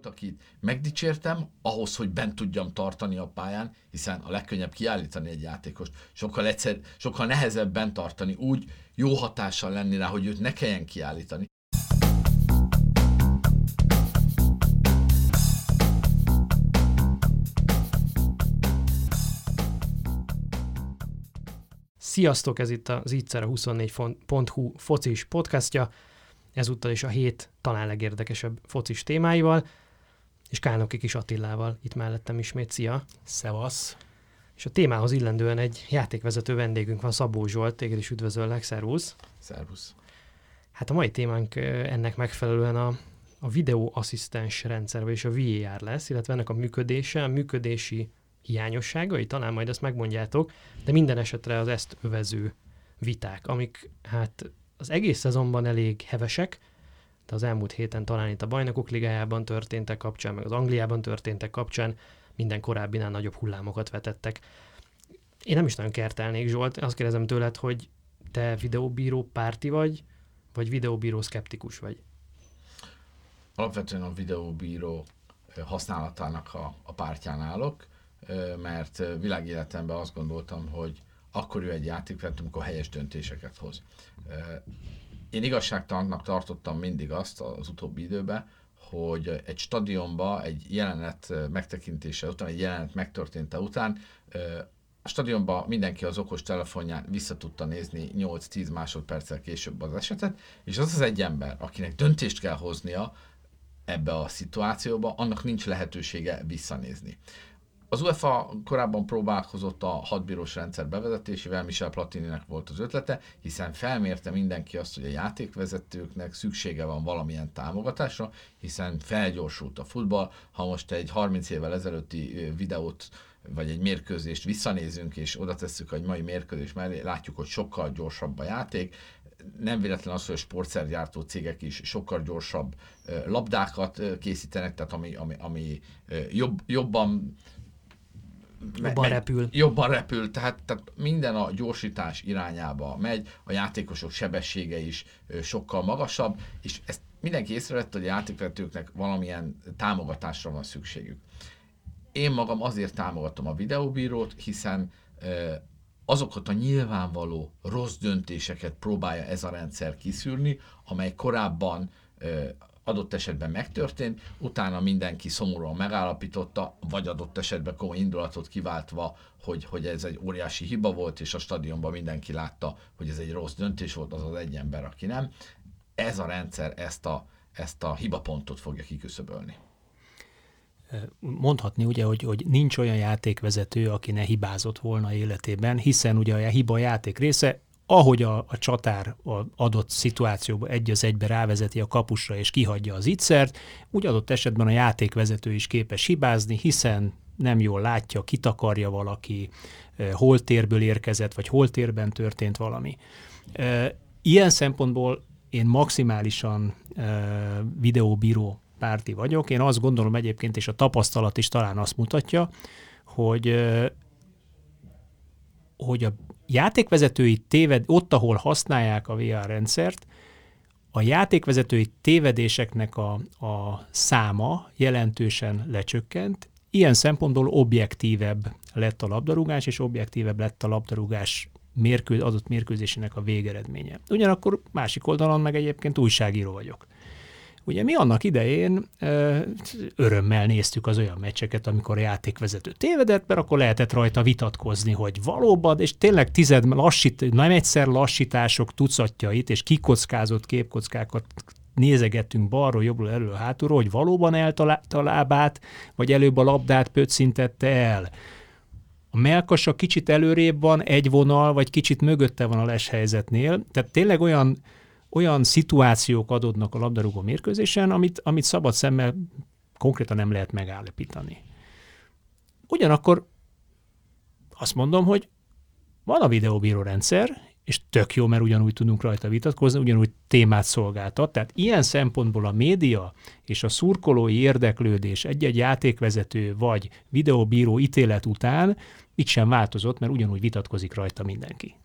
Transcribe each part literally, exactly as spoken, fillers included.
volt, akit megdicsértem, ahhoz, hogy bent tudjam tartani a pályán, hiszen a legkönnyebb kiállítani egy játékost. Sokkal, egyszer, sokkal nehezebb bent tartani, úgy jó hatással lenni rá, hogy őt ne kelljen kiállítani. Sziasztok, ez itt az Ittszer a huszonnégy pont hu focis podcastja, ezúttal is a hét talán legérdekesebb focis témáival, és Kálnoki Kis Attilával itt mellettem ismét. Szia! Szevasz! És a témához illendően egy játékvezető vendégünk van, Szabó Zsolt, téged is üdvözöllek, szervusz! Szervusz! Hát a mai témánk ennek megfelelően a, a videóasszisztens rendszer, vagyis a vé á er lesz, illetve ennek a működése, a működési hiányosságai, talán majd ezt megmondjátok, de minden esetre az ezt övező viták, amik hát az egész szezonban elég hevesek, de az elmúlt héten talán itt a Bajnokok Ligájában történtek kapcsán, meg az Angliában történtek kapcsán minden korábbinál nagyobb hullámokat vetettek. Én nem is nagyon kertelnék, Zsolt, azt kérdezem tőled, hogy te videóbíró párti vagy, vagy videóbíró szkeptikus vagy? Alapvetően a videóbíró használatának a, a pártján állok, mert világéletemben azt gondoltam, hogy akkor ő egy játékvezető, amikor helyes döntéseket hoz. Én igazságtalannak tartottam mindig azt az utóbbi időben, hogy egy stadionba egy jelenet megtekintése után, egy jelenet megtörténte után, a stadionban mindenki az okos telefonján vissza tudta nézni nyolc-tíz másodperccel később az esetet, és az az egy ember, akinek döntést kell hoznia ebbe a szituációba, annak nincs lehetősége visszanézni. Az UEFA korábban próbálkozott a hatbírós rendszer bevezetésével, Michel Platininek volt az ötlete, hiszen felmérte mindenki azt, hogy a játékvezetőknek szüksége van valamilyen támogatásra, hiszen felgyorsult a futball. Ha most egy harminc évvel ezelőtti videót vagy egy mérkőzést visszanézünk, és oda tesszük egy mai mérkőzés mellé, látjuk, hogy sokkal gyorsabb a játék. Nem véletlen az, hogy a sportszergyártó cégek is sokkal gyorsabb labdákat készítenek, tehát ami, ami, ami jobb, jobban Jobban me- repül. Jobban repül, tehát, tehát minden a gyorsítás irányába megy, a játékosok sebessége is sokkal magasabb, és ezt mindenki észrevette, hogy a játékvezetőknek valamilyen támogatásra van szükségük. Én magam azért támogatom a videóbírót, hiszen azokat a nyilvánvaló rossz döntéseket próbálja ez a rendszer kiszűrni, amely korábban adott esetben megtörtént, utána mindenki szomorúan megállapította, vagy adott esetben komoly indulatot kiváltva, hogy, hogy ez egy óriási hiba volt, és a stadionban mindenki látta, hogy ez egy rossz döntés volt, az az egy ember, aki nem. Ez a rendszer ezt a, ezt a hibapontot fogja kiküszöbölni. Mondhatni ugye, hogy, hogy nincs olyan játékvezető, aki ne hibázott volna életében, hiszen ugye a hiba a játék része, ahogy a, a csatár a adott szituációban egy az egybe rávezeti a kapusra és kihagyja az ittszert, úgy adott esetben a játékvezető is képes hibázni, hiszen nem jól látja, kitakarja valaki, hol térből érkezett, vagy hol térben történt valami. Ilyen szempontból én maximálisan videóbíró párti vagyok. Én azt gondolom egyébként, és a tapasztalat is talán azt mutatja, hogy, hogy a játékvezetői téved, ott, ahol használják a vé á er rendszert, a játékvezetői tévedéseknek a, a száma jelentősen lecsökkent. Ilyen szempontból objektívebb lett a labdarúgás, és objektívebb lett a labdarúgás mérkő, adott mérkőzésének a végeredménye. Ugyanakkor másik oldalon meg egyébként újságíró vagyok. Ugye mi annak idején örömmel néztük az olyan meccseket, amikor a játékvezető tévedett, mert akkor lehetett rajta vitatkozni, hogy valóban, és tényleg tized lassít, nem egyszer lassítások tucatjait, és kikockázott képkockákat nézegettünk balról, jobbról, elől, hátulról, hogy valóban eltalálta a lábát, vagy előbb a labdát pöccintette el. A mellkasa kicsit előrébb van, egy vonal, vagy kicsit mögötte van a leshelyzetnél, tehát tényleg olyan olyan szituációk adódnak a labdarúgó mérkőzésen, amit, amit szabad szemmel konkrétan nem lehet megállapítani. Ugyanakkor azt mondom, hogy van a videóbíró rendszer, és tök jó, mert ugyanúgy tudunk rajta vitatkozni, ugyanúgy témát szolgáltat. Tehát ilyen szempontból a média és a szurkolói érdeklődés egy-egy játékvezető vagy videóbíró ítélet után itt sem változott, mert ugyanúgy vitatkozik rajta mindenki.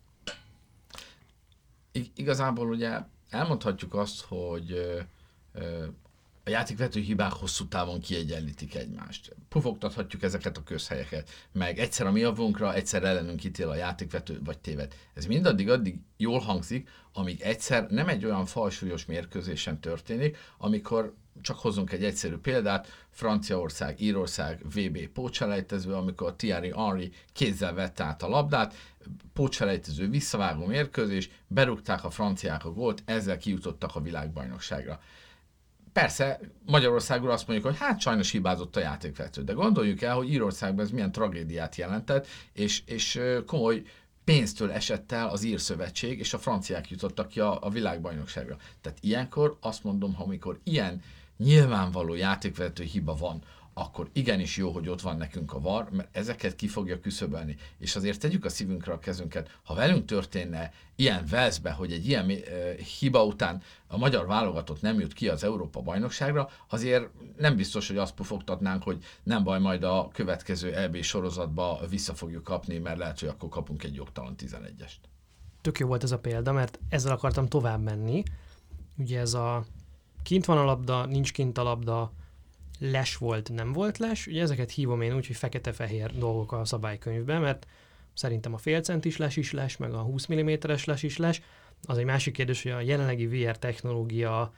Igazából ugye elmondhatjuk azt, hogy a játékvezető hibák hosszú távon kiegyenlítik egymást. Pufogtathatjuk ezeket a közhelyeket, meg egyszer a mi javunkra, egyszer ellenünk ítél a játékvető, vagy téved. Ez mindaddig addig jól hangzik, amíg egyszer nem egy olyan falsúlyos mérkőzésen történik, amikor csak hozzunk egy egyszerű példát, Franciaország, Írország, vé bé pótselejtező, amikor Thierry Henry kézzel vette át a labdát, pótselejtező visszavágó mérkőzés, berúgták a franciák a gólt, ezzel kijutottak a világbajnokságra. Persze, Magyarországról azt mondjuk, hogy hát sajnos hibázott a játékvezető, de gondoljuk el, hogy Írországban ez milyen tragédiát jelentett, és, és komoly pénztől esett el az Ír Szövetség, és a franciák jutottak ki a, a világbajnokságra. Tehát ilyenkor azt mondom, ha amikor ilyen nyilvánvaló játékvezető hiba van, akkor igenis jó, hogy ott van nekünk a var, mert ezeket ki fogja küszöbölni. És azért tegyük a szívünkre a kezünket, ha velünk történne ilyen Velszbe, hogy egy ilyen uh, hiba után a magyar válogatott nem jut ki az Európa-bajnokságra, azért nem biztos, hogy azt pufogtatnánk, hogy nem baj, majd a következő é bé sorozatba vissza fogjuk kapni, mert lehet, hogy akkor kapunk egy jogtalan tizenegyest. Tök jó volt ez a példa, mert ezzel akartam tovább menni. Ugye ez a kint van a labda, nincs kint a labda, les volt, nem volt les. Ugye ezeket hívom én úgy, hogy fekete-fehér dolgok a szabálykönyvben, mert szerintem a fél centis les is les, meg a húsz milliméteres les is les. Az egy másik kérdés, hogy a jelenlegi vé er technológia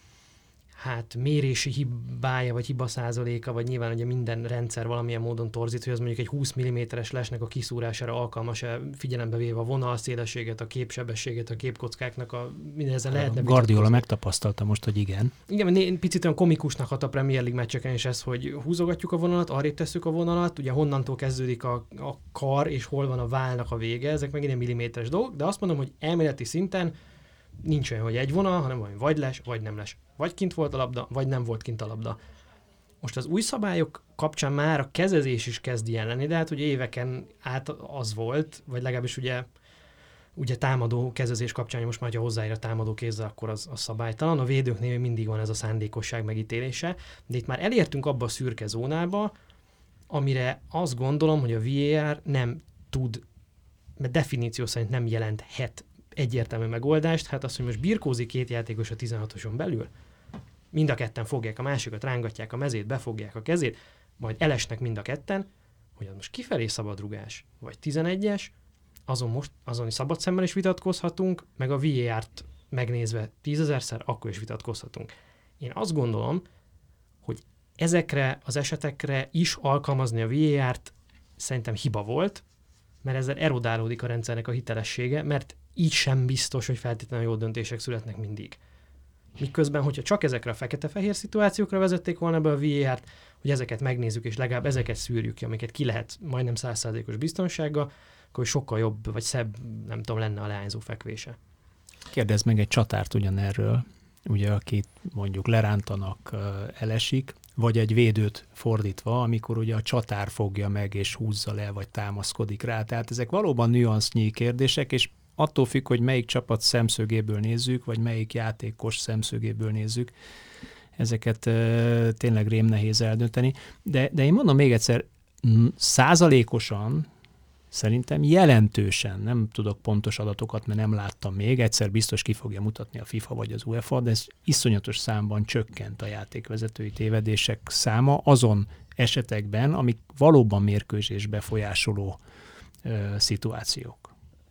hát mérési hibája, vagy hiba százaléka, vagy nyilván ugye minden rendszer valamilyen módon torzít, hogy az mondjuk egy húsz milliméteres lesnek a kiszúrására alkalmas-e, figyelembe véve a vonalszélességet, a képsebességet, a képkockáknak, a mindenezen lehetne. Guardiola megtapasztalta most, hogy igen. Igen, mert picit olyan komikusnak hat a Premier League meccseken is ez, hogy húzogatjuk a vonalat, arrébb tesszük a vonalat, ugye honnantól kezdődik a, a kar, és hol van a válnak a vége, ezek meg ilyen milliméteres dolgok, de azt mondom, hogy elméleti szinten nincs olyan, hogy egy vonal, hanem vagy, vagy les, vagy nem les. Vagy kint volt a labda, vagy nem volt kint a labda. Most az új szabályok kapcsán már a kezezés is kezd ilyen lenni, de hát ugye éveken át az volt, vagy legalábbis ugye, ugye támadó kezezés kapcsán, most már, ha hozzáér a támadó kézzel, akkor az, az szabálytalan. A védőknél még mindig van ez a szándékosság megítélése, de itt már elértünk abba a szürke zónába, amire azt gondolom, hogy a vé er nem tud, mert definíció szerint nem jelenthet egyértelmű megoldást, hát az, hogy most birkózik két játékos a tizenhatoson belül, mind a ketten fogják a másikat, rángatják a mezét, befogják a kezét, majd elesnek mind a ketten, hogy az most kifelé szabadrugás, vagy tizenegyes, azon most, azon szabad szemmel is vitatkozhatunk, meg a vé er-t megnézve tízezerszer, akkor is vitatkozhatunk. Én azt gondolom, hogy ezekre az esetekre is alkalmazni a vé er-t szerintem hiba volt, mert ezzel erodálódik a rendszernek a hitelessége, mert így sem biztos, hogy feltétlenül jó döntések születnek mindig. Miközben, hogyha csak ezekre a fekete-fehér szituációkra vezették volna be a vé er-t, hogy ezeket megnézzük, és legalább ezeket szűrjük ki, amiket ki lehet majdnem száz százalékos biztonsággal, akkor sokkal jobb, vagy szebb, nem tudom, lenne a leányzó fekvése. Kérdezd meg egy csatárt ugyanerről, ugye, akit mondjuk lerántanak, elesik, vagy egy védőt fordítva, amikor ugye a csatár fogja meg, és húzza le, vagy támaszkodik rá. Tehát ezek valóban nüansznyi kérdések, és attól függ, hogy melyik csapat szemszögéből nézzük, vagy melyik játékos szemszögéből nézzük, ezeket uh, tényleg rém nehéz eldönteni. De, de én mondom még egyszer, százalékosan, szerintem jelentősen, nem tudok pontos adatokat, mert nem láttam még, egyszer biztos ki fogja mutatni a FIFA vagy az UEFA, de ez iszonyatos számban csökkent a játékvezetői tévedések száma azon esetekben, amik valóban mérkőzés befolyásoló uh, szituációk.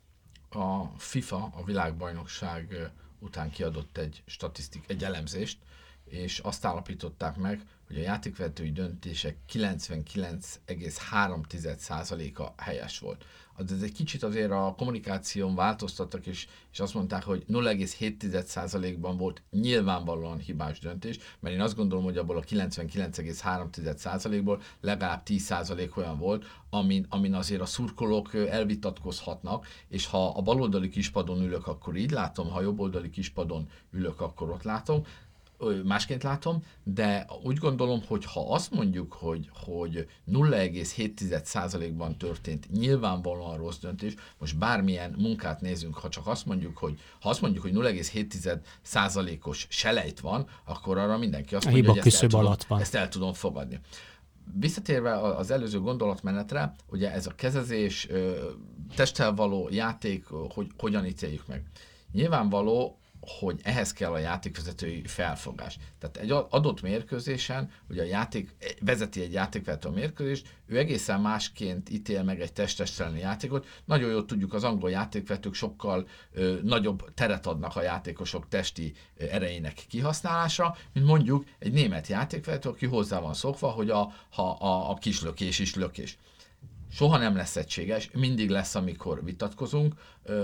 A FIFA a világbajnokság után kiadott egy statisztik, egy elemzést, és azt állapították meg, hogy a játékvezetői döntések kilencvenkilenc egész három százaléka helyes volt. Ez egy kicsit azért a kommunikáción változtattak, és, és azt mondták, hogy nulla egész hét százalékban volt nyilvánvalóan hibás döntés, mert én azt gondolom, hogy abból a kilencvenkilenc egész három százalékból legalább tíz százalék olyan volt, amin, amin azért a szurkolók elvitatkozhatnak, és ha a baloldali kispadon ülök, akkor így látom, ha a jobboldali kispadon ülök, akkor ott látom, másként látom, de úgy gondolom, hogy ha azt mondjuk, hogy, hogy nulla egész hét százalékban történt nyilvánvalóan rossz döntés, most bármilyen munkát nézünk, ha csak azt mondjuk, hogy ha azt mondjuk, hogy nulla egész hét százalékos selejt van, akkor arra mindenki azt mondja, hogy ezt el, tudom, ezt el tudom fogadni. Visszatérve az előző gondolatmenetre, ugye ez a kezezés, testtel való játék, hogy hogyan ítéljük meg. Nyilvánvaló, hogy ehhez kell a játékvezetői felfogás. Tehát egy adott mérkőzésen, ugye a játék, vezeti egy játékvezető a mérkőzést, ő egészen másként ítél meg egy test-testelni játékot. Nagyon jól tudjuk, az angol játékvezetők sokkal ö, nagyobb teret adnak a játékosok testi ö, erejének kihasználásra, mint mondjuk egy német játékvezető, aki hozzá van szokva, hogy a, ha, a, a kis lökés is lökés. Soha nem lesz egységes, mindig lesz, amikor vitatkozunk, ö,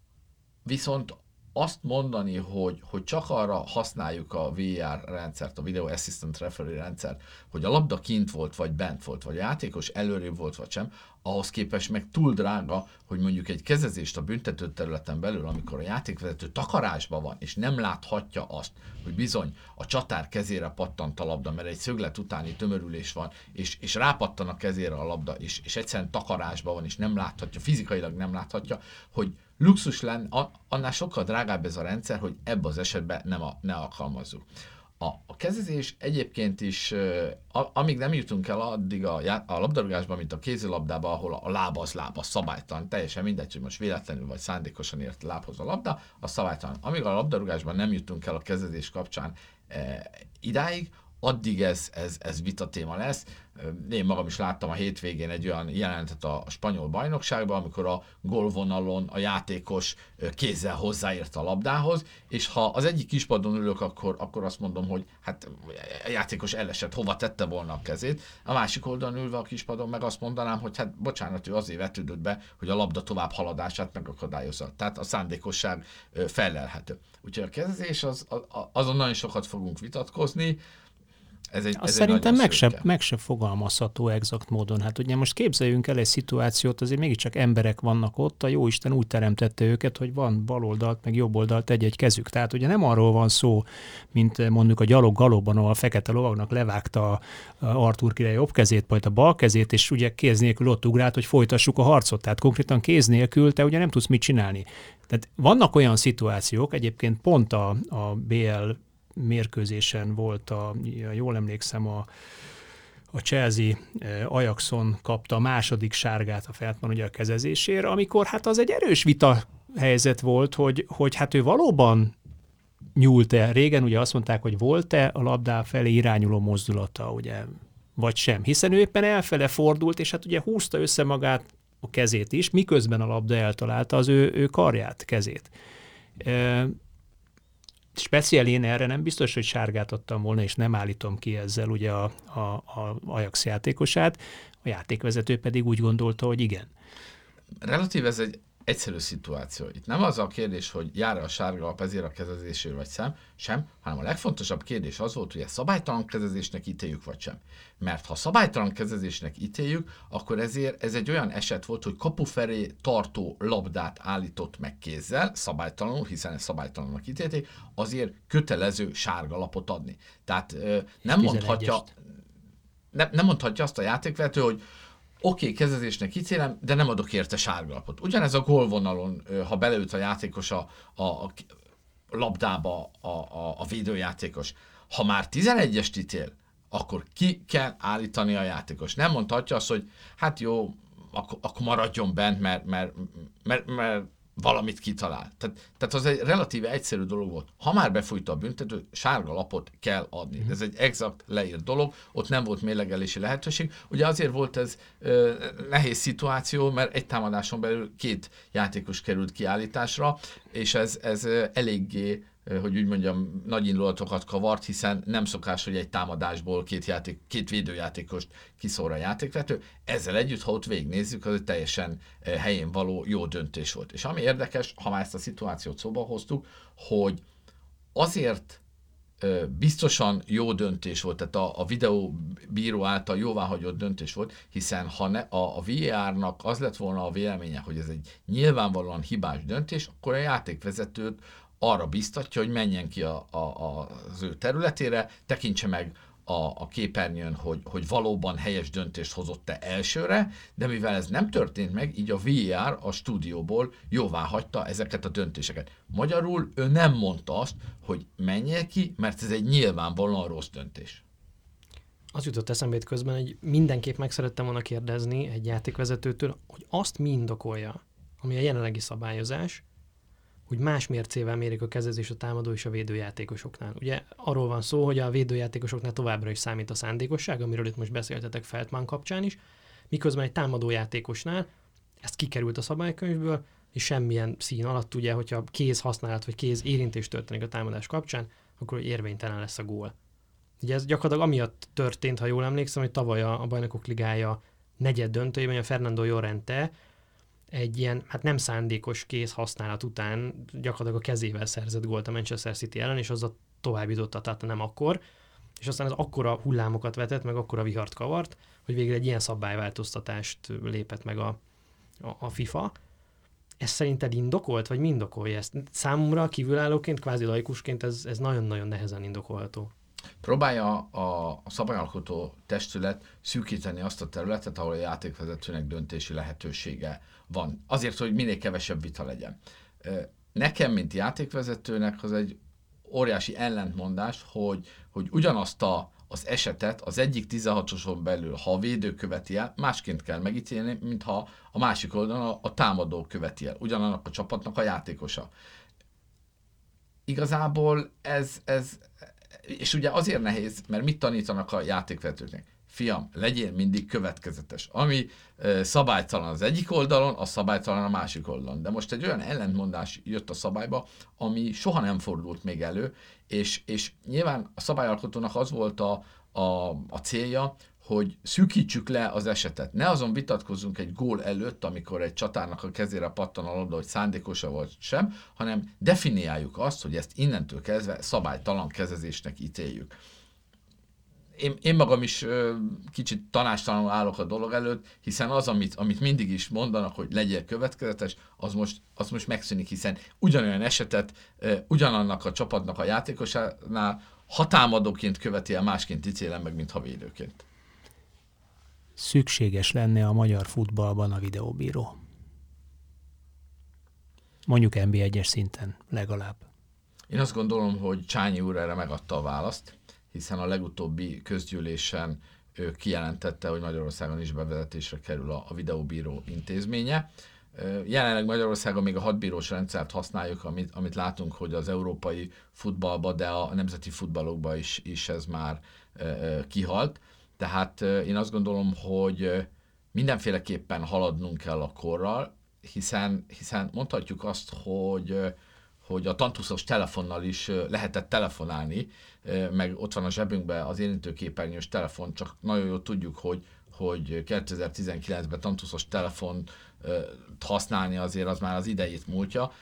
viszont azt mondani, hogy, hogy csak arra használjuk a vé er rendszert, a Video Assistant Referee rendszert, hogy a labda kint volt, vagy bent volt, vagy a játékos előrébb volt, vagy sem, ahhoz képest meg túl drága, hogy mondjuk egy kezezést a büntető területen belül, amikor a játékvezető takarásban van, és nem láthatja azt, hogy bizony a csatár kezére pattant a labda, mert egy szöglet utáni tömörülés van, és, és rápattan a kezére a labda, és, és egyszerűen takarásban van, és nem láthatja, fizikailag nem láthatja, hogy luxus lenne, annál sokkal drágább ez a rendszer, hogy ebben az esetben nem a, ne alkalmazzuk. A, a kezezés egyébként is, a, amíg nem jutunk el addig a, a labdarúgásban, mint a kézilabdában, ahol a láb az láb, a szabálytalan, teljesen mindegy, hogy most véletlenül vagy szándékosan ért lábhoz a labda, a szabálytalan. Amíg a labdarúgásban nem jutunk el a kezezés kapcsán e, idáig, addig ez, ez, ez vitatéma lesz. Én magam is láttam a hétvégén egy olyan jelenetet a spanyol bajnokságban, amikor a gólvonalon a játékos kézzel hozzáért a labdához, és ha az egyik kispadon ülök, akkor, akkor azt mondom, hogy hát a játékos elesett, hova tette volna a kezét. A másik oldalon ülve a kispadon meg azt mondanám, hogy hát bocsánat, ő azért vetődött be, hogy a labda tovább haladását megakadályozza. Tehát a szándékosság fellelhető. Úgyhogy a kezezés, az, azon nagyon sokat fogunk vitatkozni. Ez egy, Azt ez szerintem egy meg se, meg se fogalmazható exakt módon. Hát ugye most képzeljünk el egy szituációt, azért mégiscsak emberek vannak ott, a Jóisten úgy teremtette őket, hogy van baloldalt, meg jobboldalt egy-egy kezük. Tehát ugye nem arról van szó, mint mondjuk a gyalog galopban, ahol a fekete lovagnak levágta Artúr király jobb kezét, majd a bal kezét, és ugye kéz nélkül ott ugrált, hogy folytassuk a harcot. Tehát konkrétan kéz nélkül te ugye nem tudsz mit csinálni. Tehát vannak olyan szituációk, egyébként pont a, a bé el mérkőzésen volt, a, jól emlékszem, a, a Chelsea Ajaxon kapta a második sárgát a Feldman ugye a kezezésére, amikor hát az egy erős vita helyzet volt, hogy, hogy hát ő valóban nyúlt-e. Régen ugye azt mondták, hogy volt-e a labdá felé irányuló mozdulata, ugye, vagy sem. Hiszen ő éppen elfele fordult, és hát ugye húzta össze magát a kezét is, miközben a labda eltalálta az ő, ő karját, kezét. E, Speciál én erre nem biztos, hogy sárgát adtam volna, és nem állítom ki ezzel ugye a, a, a Ajax játékosát, a játékvezető pedig úgy gondolta, hogy igen. Relatív ez egy egyszerű szituáció. Itt nem az a kérdés, hogy jár-e a sárga lap ezért a kezezésért vagy sem, sem, hanem a legfontosabb kérdés az volt, hogy ezt szabálytalan kezezésnek ítéljük vagy sem. Mert ha szabálytalan kezezésnek ítéljük, akkor ezért ez egy olyan eset volt, hogy kapu felé tartó labdát állított meg kézzel, szabálytalanul, hiszen ezt szabálytalannak ítélték, azért kötelező sárga lapot adni. Tehát nem mondhatja, nem, nem mondhatja azt a játékvezető, hogy oké, okay, kezezésnek ítélem, de nem adok érte sárgalapot. Ugyanez a gólvonalon, ha beleüt a játékos a, a, a labdába a, a, a védőjátékos. Ha már tizenegyest ítél, akkor ki kell állítani a játékos. Nem mondhatja azt, hogy hát jó, akkor, akkor maradjon bent, mert, mert, mert, mert valamit kitalál. Tehát, tehát az egy relatíve egyszerű dolog volt. Ha már befújta a büntető, sárga lapot kell adni. Ez egy exakt leírt dolog, ott nem volt mérlegelési lehetőség. Ugye azért volt ez ö, nehéz szituáció, mert egy támadáson belül két játékos került kiállításra, és ez, ez eléggé, hogy úgy mondjam, nagy indulatokat kavart, hiszen nem szokás, hogy egy támadásból két, játék, két védőjátékost kiszóra a játékvető. Ezzel együtt, ha ott végignézzük, az egy teljesen helyén való jó döntés volt. És ami érdekes, ha már ezt a szituációt szóba hoztuk, hogy azért biztosan jó döntés volt, tehát a, a videóbíró által jóváhagyott döntés volt, hiszen ha ne, a, a vé er-nak az lett volna a véleménye, hogy ez egy nyilvánvalóan hibás döntés, akkor a játékvezetőt arra biztatja, hogy menjen ki a, a, az ő területére, tekintse meg a, a képernyőn, hogy, hogy valóban helyes döntést hozott-e elsőre, de mivel ez nem történt meg, így a vé er a stúdióból jóvá hagyta ezeket a döntéseket. Magyarul ő nem mondta azt, hogy menjél ki, mert ez egy nyilvánvalóan rossz döntés. Az jutott eszembe itt közben, hogy mindenképp meg szerettem volna kérdezni egy játékvezetőtől, hogy azt mi indokolja, ami a jelenlegi szabályozás, hogy más mércével mérik a kezezés a támadó és a védőjátékosoknál. Ugye arról van szó, hogy a védőjátékosoknál továbbra is számít a szándékosság, amiről itt most beszéltetek Feldman kapcsán is, miközben egy támadójátékosnál ezt kikerült a szabálykönyvből, és semmilyen szín alatt, ugye, hogyha kéz használat vagy kéz érintés történik a támadás kapcsán, akkor érvénytelen lesz a gól. Ugye ez gyakorlatilag amiatt történt, ha jól emlékszem, hogy tavaly a, a Bajnokok Ligája negyed döntőjében a Fernando Llorente egy ilyen, hát nem szándékos kéz használat után gyakorlatilag a kezével szerzett gólt a Manchester City ellen, és azzal tovább jutott a Tata nem akkor, és aztán ez akkora hullámokat vetett, meg akkora vihart kavart, hogy végre egy ilyen szabályváltoztatást lépett meg a, a, a FIFA. Ez szerinted indokolt, vagy mi indokolja ezt? Számomra kívülállóként, kvázi laikusként ez, ez nagyon-nagyon nehezen indokolható. Próbálja a, a szabályalkotó testület szűkíteni azt a területet, ahol a játékvezetőnek döntési lehetősége van. Azért, hogy minél kevesebb vita legyen. Nekem, mint játékvezetőnek, az egy óriási ellentmondás, hogy, hogy ugyanazt a, az esetet az egyik tizenhatoson belül, ha a védő követi el, másként kell megítélni, mintha a másik oldalon a, a támadó követi el. Ugyanannak a csapatnak a játékosa. Igazából ez, ez és ugye azért nehéz, mert mit tanítanak a játékvezetőknek? Fiam, legyél mindig következetes. Ami e, szabálytalan az egyik oldalon, az szabálytalan a másik oldalon. De most egy olyan ellentmondás jött a szabályba, ami soha nem fordult még elő, és, és nyilván a szabályalkotónak az volt a, a, a célja, hogy szűkítsük le az esetet. Ne azon vitatkozzunk egy gól előtt, amikor egy csatárnak a kezére pattan a labda, hogy szándékosa vagy sem, hanem definiáljuk azt, hogy ezt innentől kezdve szabálytalan kezezésnek ítéljük. Én, én magam is ö, kicsit tanástalanul állok a dolog előtt, hiszen az, amit, amit mindig is mondanak, hogy legyél következetes, az most, az most megszűnik, hiszen ugyanolyan esetet ö, ugyanannak a csapatnak a játékosánál, ha támadóként követi el, másként ítélem meg, mint ha védőként. Szükséges lenne a magyar futballban a videóbíró. Mondjuk en bé egyes szinten legalább. Én azt gondolom, hogy Csányi úr erre megadta a választ, hiszen a legutóbbi közgyűlésen ő kijelentette, hogy Magyarországon is bevezetésre kerül a, a videóbíró intézménye. Jelenleg Magyarországon még a hatbírós rendszert használjuk, amit, amit látunk, hogy az európai futballba, de a nemzeti futballokba is, is ez már e, kihalt. Tehát én azt gondolom, hogy mindenféleképpen haladnunk kell a korral, hiszen, hiszen mondhatjuk azt, hogy, hogy a tantuszos telefonnal is lehetett telefonálni, meg ott van a zsebünkben az érintőképernyős telefon, csak nagyon jól tudjuk, hogy, hogy kétezer-tizenkilencben tantuszos telefont használni azért az már az idejét múltja,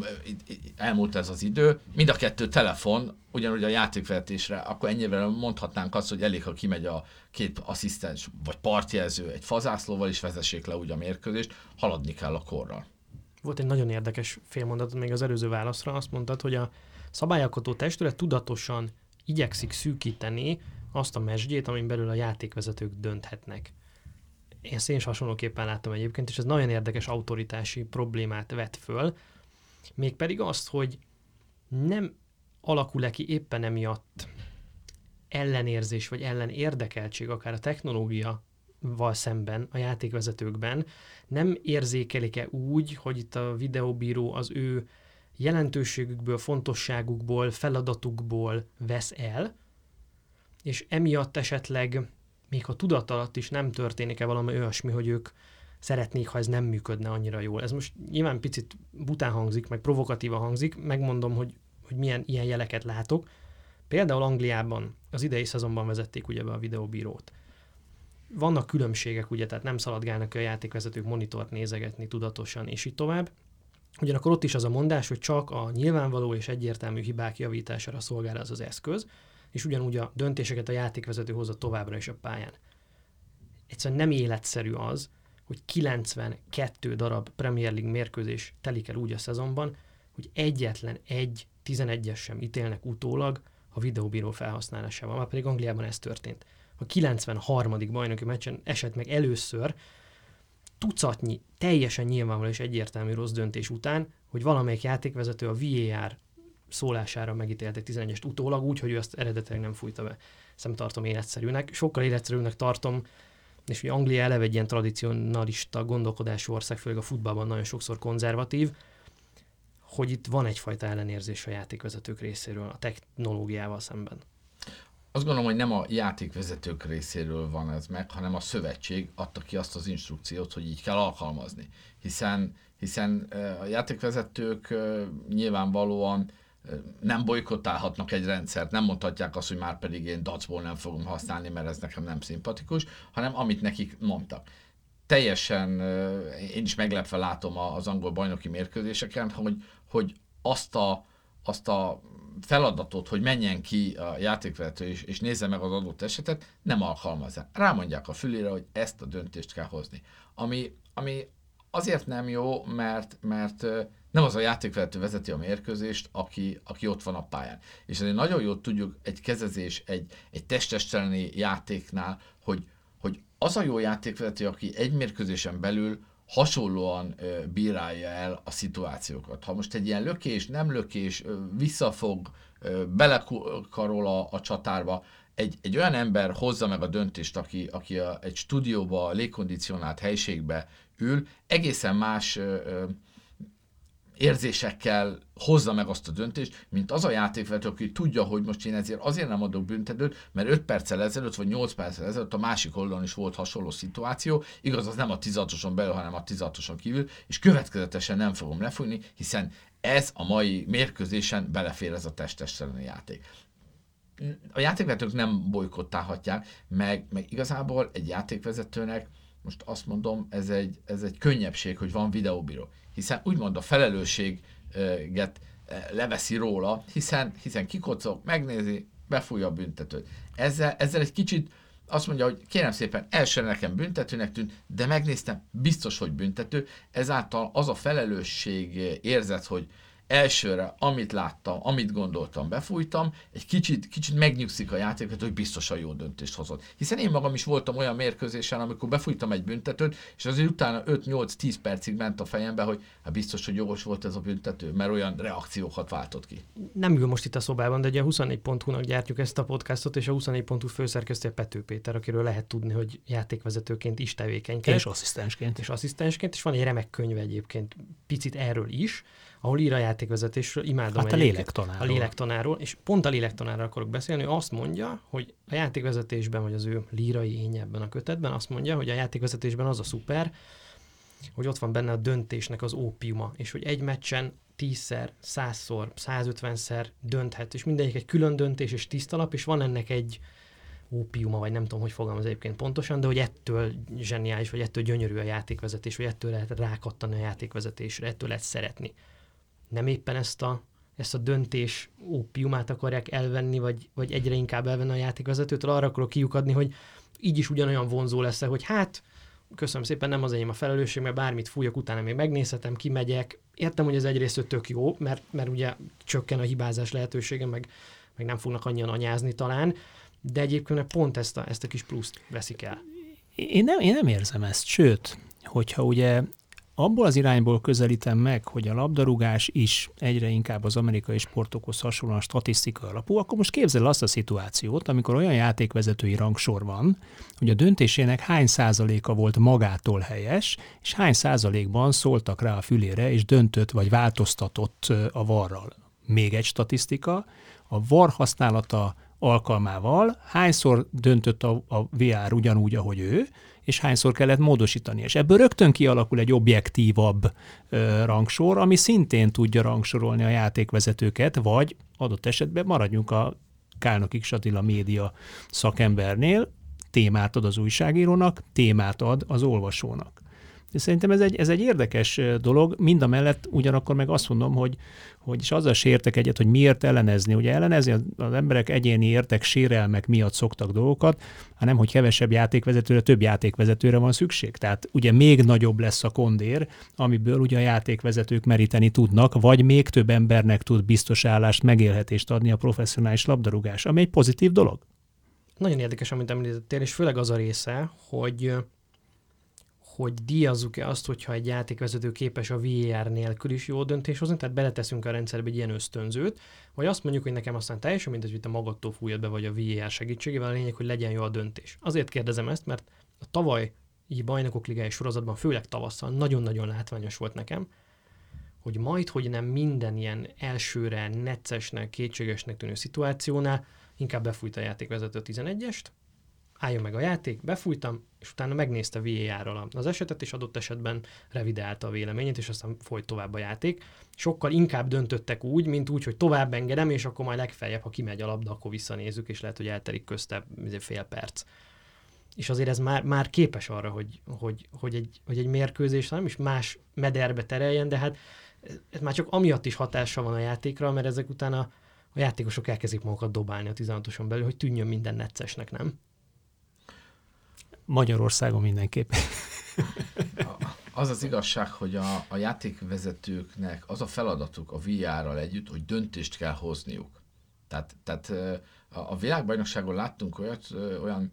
elmúlt ez az idő, mind a kettő telefon, ugyanúgy a játékvezetésre, akkor ennyire mondhatnánk azt, hogy elég, ha kimegy a két asszisztens vagy partjelző egy fazászlóval, is vezessék le úgy a mérkőzést, haladni kell a korral. Volt egy nagyon érdekes félmondatod még az előző válaszra, azt mondtad, hogy a szabályalkotó testület tudatosan igyekszik szűkíteni azt a mesdjét, amin belül a játékvezetők dönthetnek. Ezt én is hasonlóképpen láttam egyébként, és ez nagyon érdekes autoritási problémát vet föl, mégpedig azt, hogy nem alakul-e ki éppen emiatt ellenérzés vagy ellenérdekeltség akár a technológiaval szemben a játékvezetőkben, nem érzékelik-e úgy, hogy itt a videóbíró az ő jelentőségükből, fontosságukból, feladatukból vesz el, és emiatt esetleg még ha tudat alatt is nem történik-e valami olyasmi, hogy ők szeretnék, ha ez nem működne annyira jól. Ez most nyilván picit bután hangzik, meg provokatíva hangzik, megmondom, hogy, hogy milyen ilyen jeleket látok. Például Angliában az idei szezonban vezették ugye be a videóbírót. Vannak különbségek, ugye, tehát nem szaladgálnak a játékvezetők monitort nézegetni tudatosan, és így tovább. Ugyanakkor ott is az a mondás, hogy csak a nyilvánvaló és egyértelmű hibák javítására szolgál az az eszköz, és ugyanúgy a döntéseket a játékvezető hozza továbbra is a pályán. Egyszerűen nem életszerű az, hogy kilencvenkettő darab Premier League mérkőzés telik el úgy a szezonban, hogy egyetlen egy tizenegyes sem ítélnek utólag a videóbíró felhasználásával. Már pedig Angliában ez történt. A kilencvenharmadik bajnoki meccsen esett meg először tucatnyi teljesen nyilvánvaló és egyértelmű rossz döntés után, hogy valamelyik játékvezető a vé á er szólására megítélt egy tizenegyest utólag úgy, hogy ő azt eredetileg nem fújta be. Ezt nem tartom életszerűnek. Sokkal életszerűnek tartom, és ugye Anglia eleve egy ilyen tradicionalista gondolkodású ország, főleg a futballban nagyon sokszor konzervatív, hogy itt van egyfajta ellenérzés a játékvezetők részéről a technológiával szemben. Azt gondolom, hogy nem a játékvezetők részéről van ez meg, hanem a szövetség adta ki azt az instrukciót, hogy így kell alkalmazni. Hiszen, hiszen a játékvezetők nyilvánvalóan nem bolykottálhatnak egy rendszert, nem mondhatják azt, hogy már pedig én dacból nem fogom használni, mert ez nekem nem szimpatikus, hanem amit nekik mondtak. Teljesen, én is meglepve látom az angol bajnoki mérkőzéseken, hogy, hogy azt a, azt a feladatot, hogy menjen ki a játékvezető és, és nézze meg az adott esetet, nem alkalmazza. Rámondják a fülére, hogy ezt a döntést kell hozni. Ami, ami azért nem jó, mert, mert nem az a játékvezető vezeti a mérkőzést, aki, aki ott van a pályán. És azért nagyon jól tudjuk egy kezezés, egy, egy test-test-elleni játéknál, hogy, hogy az a jó játékvezető, aki egy mérkőzésen belül hasonlóan ö, bírálja el a szituációkat. Ha most egy ilyen lökés, nem lökés, ö, visszafog, ö, belekarol a, a csatárba, egy, egy olyan ember hozza meg a döntést, aki, aki a, egy stúdióba, légkondicionált helységbe ül, egészen más ö, ö, érzésekkel hozza meg azt a döntést, mint az a játékvezető, aki tudja, hogy most én ezért azért nem adok büntetőt, mert öt perccel ezelőtt, vagy nyolc perccel ezelőtt a másik oldalon is volt hasonló szituáció, igaz, az nem a tizadatoson belül, hanem a tizadatoson kívül, és következetesen nem fogom lefújni, hiszen ez a mai mérkőzésen belefér ez a test-test elleni játék. A játékvezetők nem bolykottálhatják, meg, meg igazából egy játékvezetőnek, most azt mondom, ez egy, ez egy könnyebbség, hogy van videóbíró. Hiszen úgymond a felelősséget leveszi róla, hiszen, hiszen kikocog, megnézi, befújja a büntetőt. Ezzel, ezzel egy kicsit azt mondja, hogy kérem szépen, első nekem büntetőnek tűnt, de megnéztem, biztos, hogy büntető. Ezáltal az a felelősség érzet, hogy elsőre, amit láttam, amit gondoltam, befújtam, egy kicsit, kicsit megnyugszik a játékot, hogy biztosan jó döntést hozott. Hiszen én magam is voltam olyan mérkőzésen, amikor befújtam egy büntetőt, és azért utána öt-nyolc-tíz percig ment a fejembe, hogy hát biztos, hogy jogos volt ez a büntető, mert olyan reakciókat váltott ki. Nem ül most itt a szobában, de ugye a huszonnégy pont hu-nak gyártjuk ezt a podcastot, és a huszonnégy pont hu főszerkesztője Pető Péter, akiről lehet tudni, hogy játékvezetőként is tevékenykedik. És asszisztensként. És asszisztensként, és van egy remek könyve egyébként picit erről is, ahol ír a játékvezetésről, imádom. Hát a lélektanáról. A lélektanáról, és pont a lélektanárról akarok beszélni, ő azt mondja, hogy a játékvezetésben, vagy az ő lírai énje ebben a kötetben azt mondja, hogy a játékvezetésben az a szuper, hogy ott van benne a döntésnek az ópiuma, és hogy egy meccsen tízszer, százszor, százötvenszer dönthet, és mindegyik egy külön döntés és tiszta lap, és van ennek egy ópiuma, vagy nem tudom, hogy fogalmaz egyébként pontosan, de hogy ettől zseniális, vagy ettől gyönyörű a játékvezetés, vagy ettől lehet rákattani a játékvezetésre, ettől lehet szeretni. Nem éppen ezt a, ezt a döntés ópiumát akarják elvenni, vagy, vagy egyre inkább elvenni a játékvezetőtől, arra akarok kiukadni, hogy így is ugyanolyan vonzó lesz, hogy hát, köszönöm szépen, nem az enyém a felelősség, mert bármit fújok, utána még megnézhetem, kimegyek. Értem, hogy ez egyrészt tök jó, mert, mert ugye csökken a hibázás lehetősége, meg, meg nem fognak annyian anyázni talán, de egyébként pont ezt a, ezt a kis pluszt veszik el. Én nem, én nem érzem ezt, sőt, hogyha ugye abból az irányból közelítem meg, hogy a labdarúgás is egyre inkább az amerikai sportokhoz hasonlóan statisztika alapú, akkor most képzeld azt a szituációt, amikor olyan játékvezetői rangsor van, hogy a döntésének hány százaléka volt magától helyes, és hány százalékban szóltak rá a fülére, és döntött vagy változtatott a varral. Még egy statisztika, a var használata alkalmával hányszor döntött a, a vé er ugyanúgy, ahogy ő, és hányszor kellett módosítani. És ebből rögtön kialakul egy objektívabb ö, rangsor, ami szintén tudja rangsorolni a játékvezetőket, vagy adott esetben maradjunk a Kálnoky Attila média szakembernél, témát ad az újságírónak, témát ad az olvasónak. És szerintem ez egy, ez egy érdekes dolog, mindamellett ugyanakkor meg azt mondom, hogy, hogy és azzal se értek egyet, hogy miért ellenezni. Ugye ellenezni az emberek egyéni értek, sérelmek miatt szoktak dolgokat, hanem hogy kevesebb játékvezetőre, több játékvezetőre van szükség. Tehát ugye még nagyobb lesz a kondér, amiből ugye a játékvezetők meríteni tudnak, vagy még több embernek tud biztos állást, megélhetést adni a professzionális labdarúgás, ami egy pozitív dolog. Nagyon érdekes, amit említettél, és főleg az a része, hogy hogy díjazzuk-e azt, hogyha egy játékvezető képes a vé er nélkül is jó döntés hozni, tehát beleteszünk a rendszerbe egy ilyen ösztönzőt, vagy azt mondjuk, hogy nekem aztán teljesen mindegy, hogy te magadtól fújod be, vagy a vé er segítségével, a lényeg, hogy legyen jó a döntés. Azért kérdezem ezt, mert a tavalyi bajnokok ligája sorozatban, főleg tavasszal nagyon-nagyon látványos volt nekem, hogy majd, hogy nem minden ilyen elsőre neccesnek, kétségesnek tűnő szituációnál inkább befújta a játékvezető tizenegyest, álljon meg a játék, befújtam, és utána megnézte vé á er-ral az esetet, és adott esetben revideálta a véleményét, és aztán folyt tovább a játék. Sokkal inkább döntöttek úgy, mint úgy, hogy tovább engedem, és akkor majd legfeljebb, ha kimegy a labda, akkor visszanézzük, és lehet, hogy eltelik közte fél perc. És azért ez már, már képes arra, hogy, hogy, hogy, egy, hogy egy mérkőzés nem is más mederbe tereljen, de hát ez már csak amiatt is hatással van a játékra, mert ezek után a, a játékosok elkezdik magukat dobálni a tizenhatoson belül, hogy tűnjön minden neccesnek, nem? Magyarországon mindenképp. Az az igazság, hogy a, a játékvezetőknek az a feladatuk a vé á-ral együtt, hogy döntést kell hozniuk. Tehát, tehát a, a világbajnokságon láttunk olyat, olyan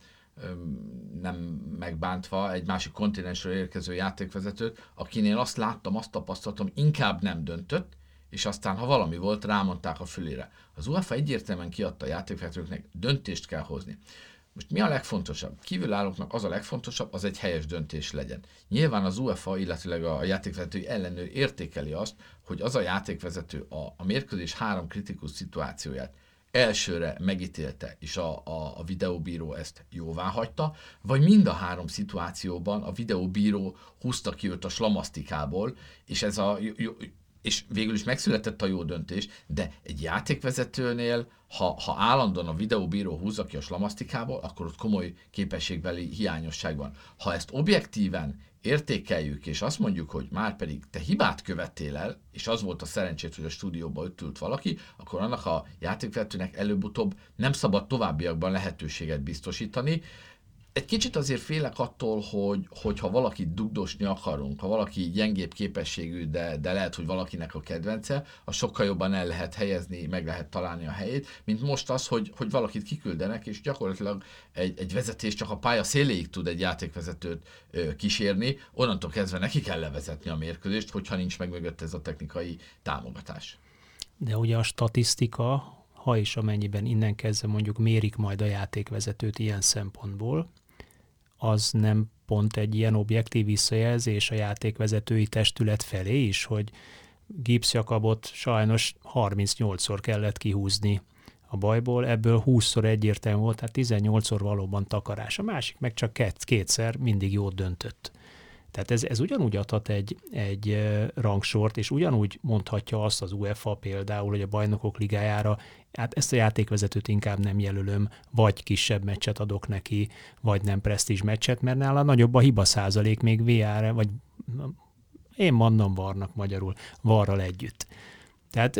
nem megbántva egy másik kontinensről érkező játékvezetőt, akinél azt láttam, azt tapasztaltam, inkább nem döntött, és aztán, ha valami volt, rámondták a fülére. Az UEFA egyértelműen kiadta a játékvezetőknek, döntést kell hozni. Most mi a legfontosabb? Kívülállóknak az a legfontosabb, az egy helyes döntés legyen. Nyilván az UEFA, illetőleg a játékvezetői ellenőr értékeli azt, hogy az a játékvezető a, a mérkőzés három kritikus szituációját elsőre megítélte, és a, a, a videóbíró ezt jóvá hagyta, vagy mind a három szituációban a videóbíró húzta ki őt a slamasztikából, és ez a... és végül is megszületett a jó döntés, de egy játékvezetőnél, ha, ha állandóan a videóbíró húzza ki a slamasztikából, akkor ott komoly képességbeli hiányosság van. Ha ezt objektíven értékeljük, és azt mondjuk, hogy már pedig te hibát követtél el, és az volt a szerencsét, hogy a stúdióba ott ült valaki, akkor annak a játékvezetőnek előbb-utóbb nem szabad továbbiakban lehetőséget biztosítani. Egy kicsit azért félek attól, hogy, hogy ha valakit dugdosni akarunk, ha valaki gyengébb képességű, de, de lehet, hogy valakinek a kedvence, az sokkal jobban el lehet helyezni, meg lehet találni a helyét, mint most az, hogy, hogy valakit kiküldenek, és gyakorlatilag egy, egy vezetés csak a pálya széléig tud egy játékvezetőt ö, kísérni, onnantól kezdve neki kell levezetni a mérkőzést, hogyha nincs meg mögött ez a technikai támogatás. De ugye a statisztika, ha és amennyiben innen kezdve mondjuk mérik majd a játékvezetőt ilyen szempontból, az nem pont egy ilyen objektív visszajelzés a játékvezetői testület felé is, hogy Gibbs Jakabot sajnos harmincnyolcszor kellett kihúzni a bajból, ebből húszszor egyértelmű volt, tehát tizennyolcszor valóban takarás. A másik meg csak kétszer mindig jót döntött. Tehát ez, ez ugyanúgy adhat egy, egy rangsort, és ugyanúgy mondhatja azt az UEFA például, hogy a Bajnokok Ligájára, hát ezt a játékvezetőt inkább nem jelölöm, vagy kisebb meccset adok neki, vagy nem presztízs meccset, mert nála nagyobb a hiba százalék még vé á-re, vagy én mondom varnak magyarul, varral együtt. Tehát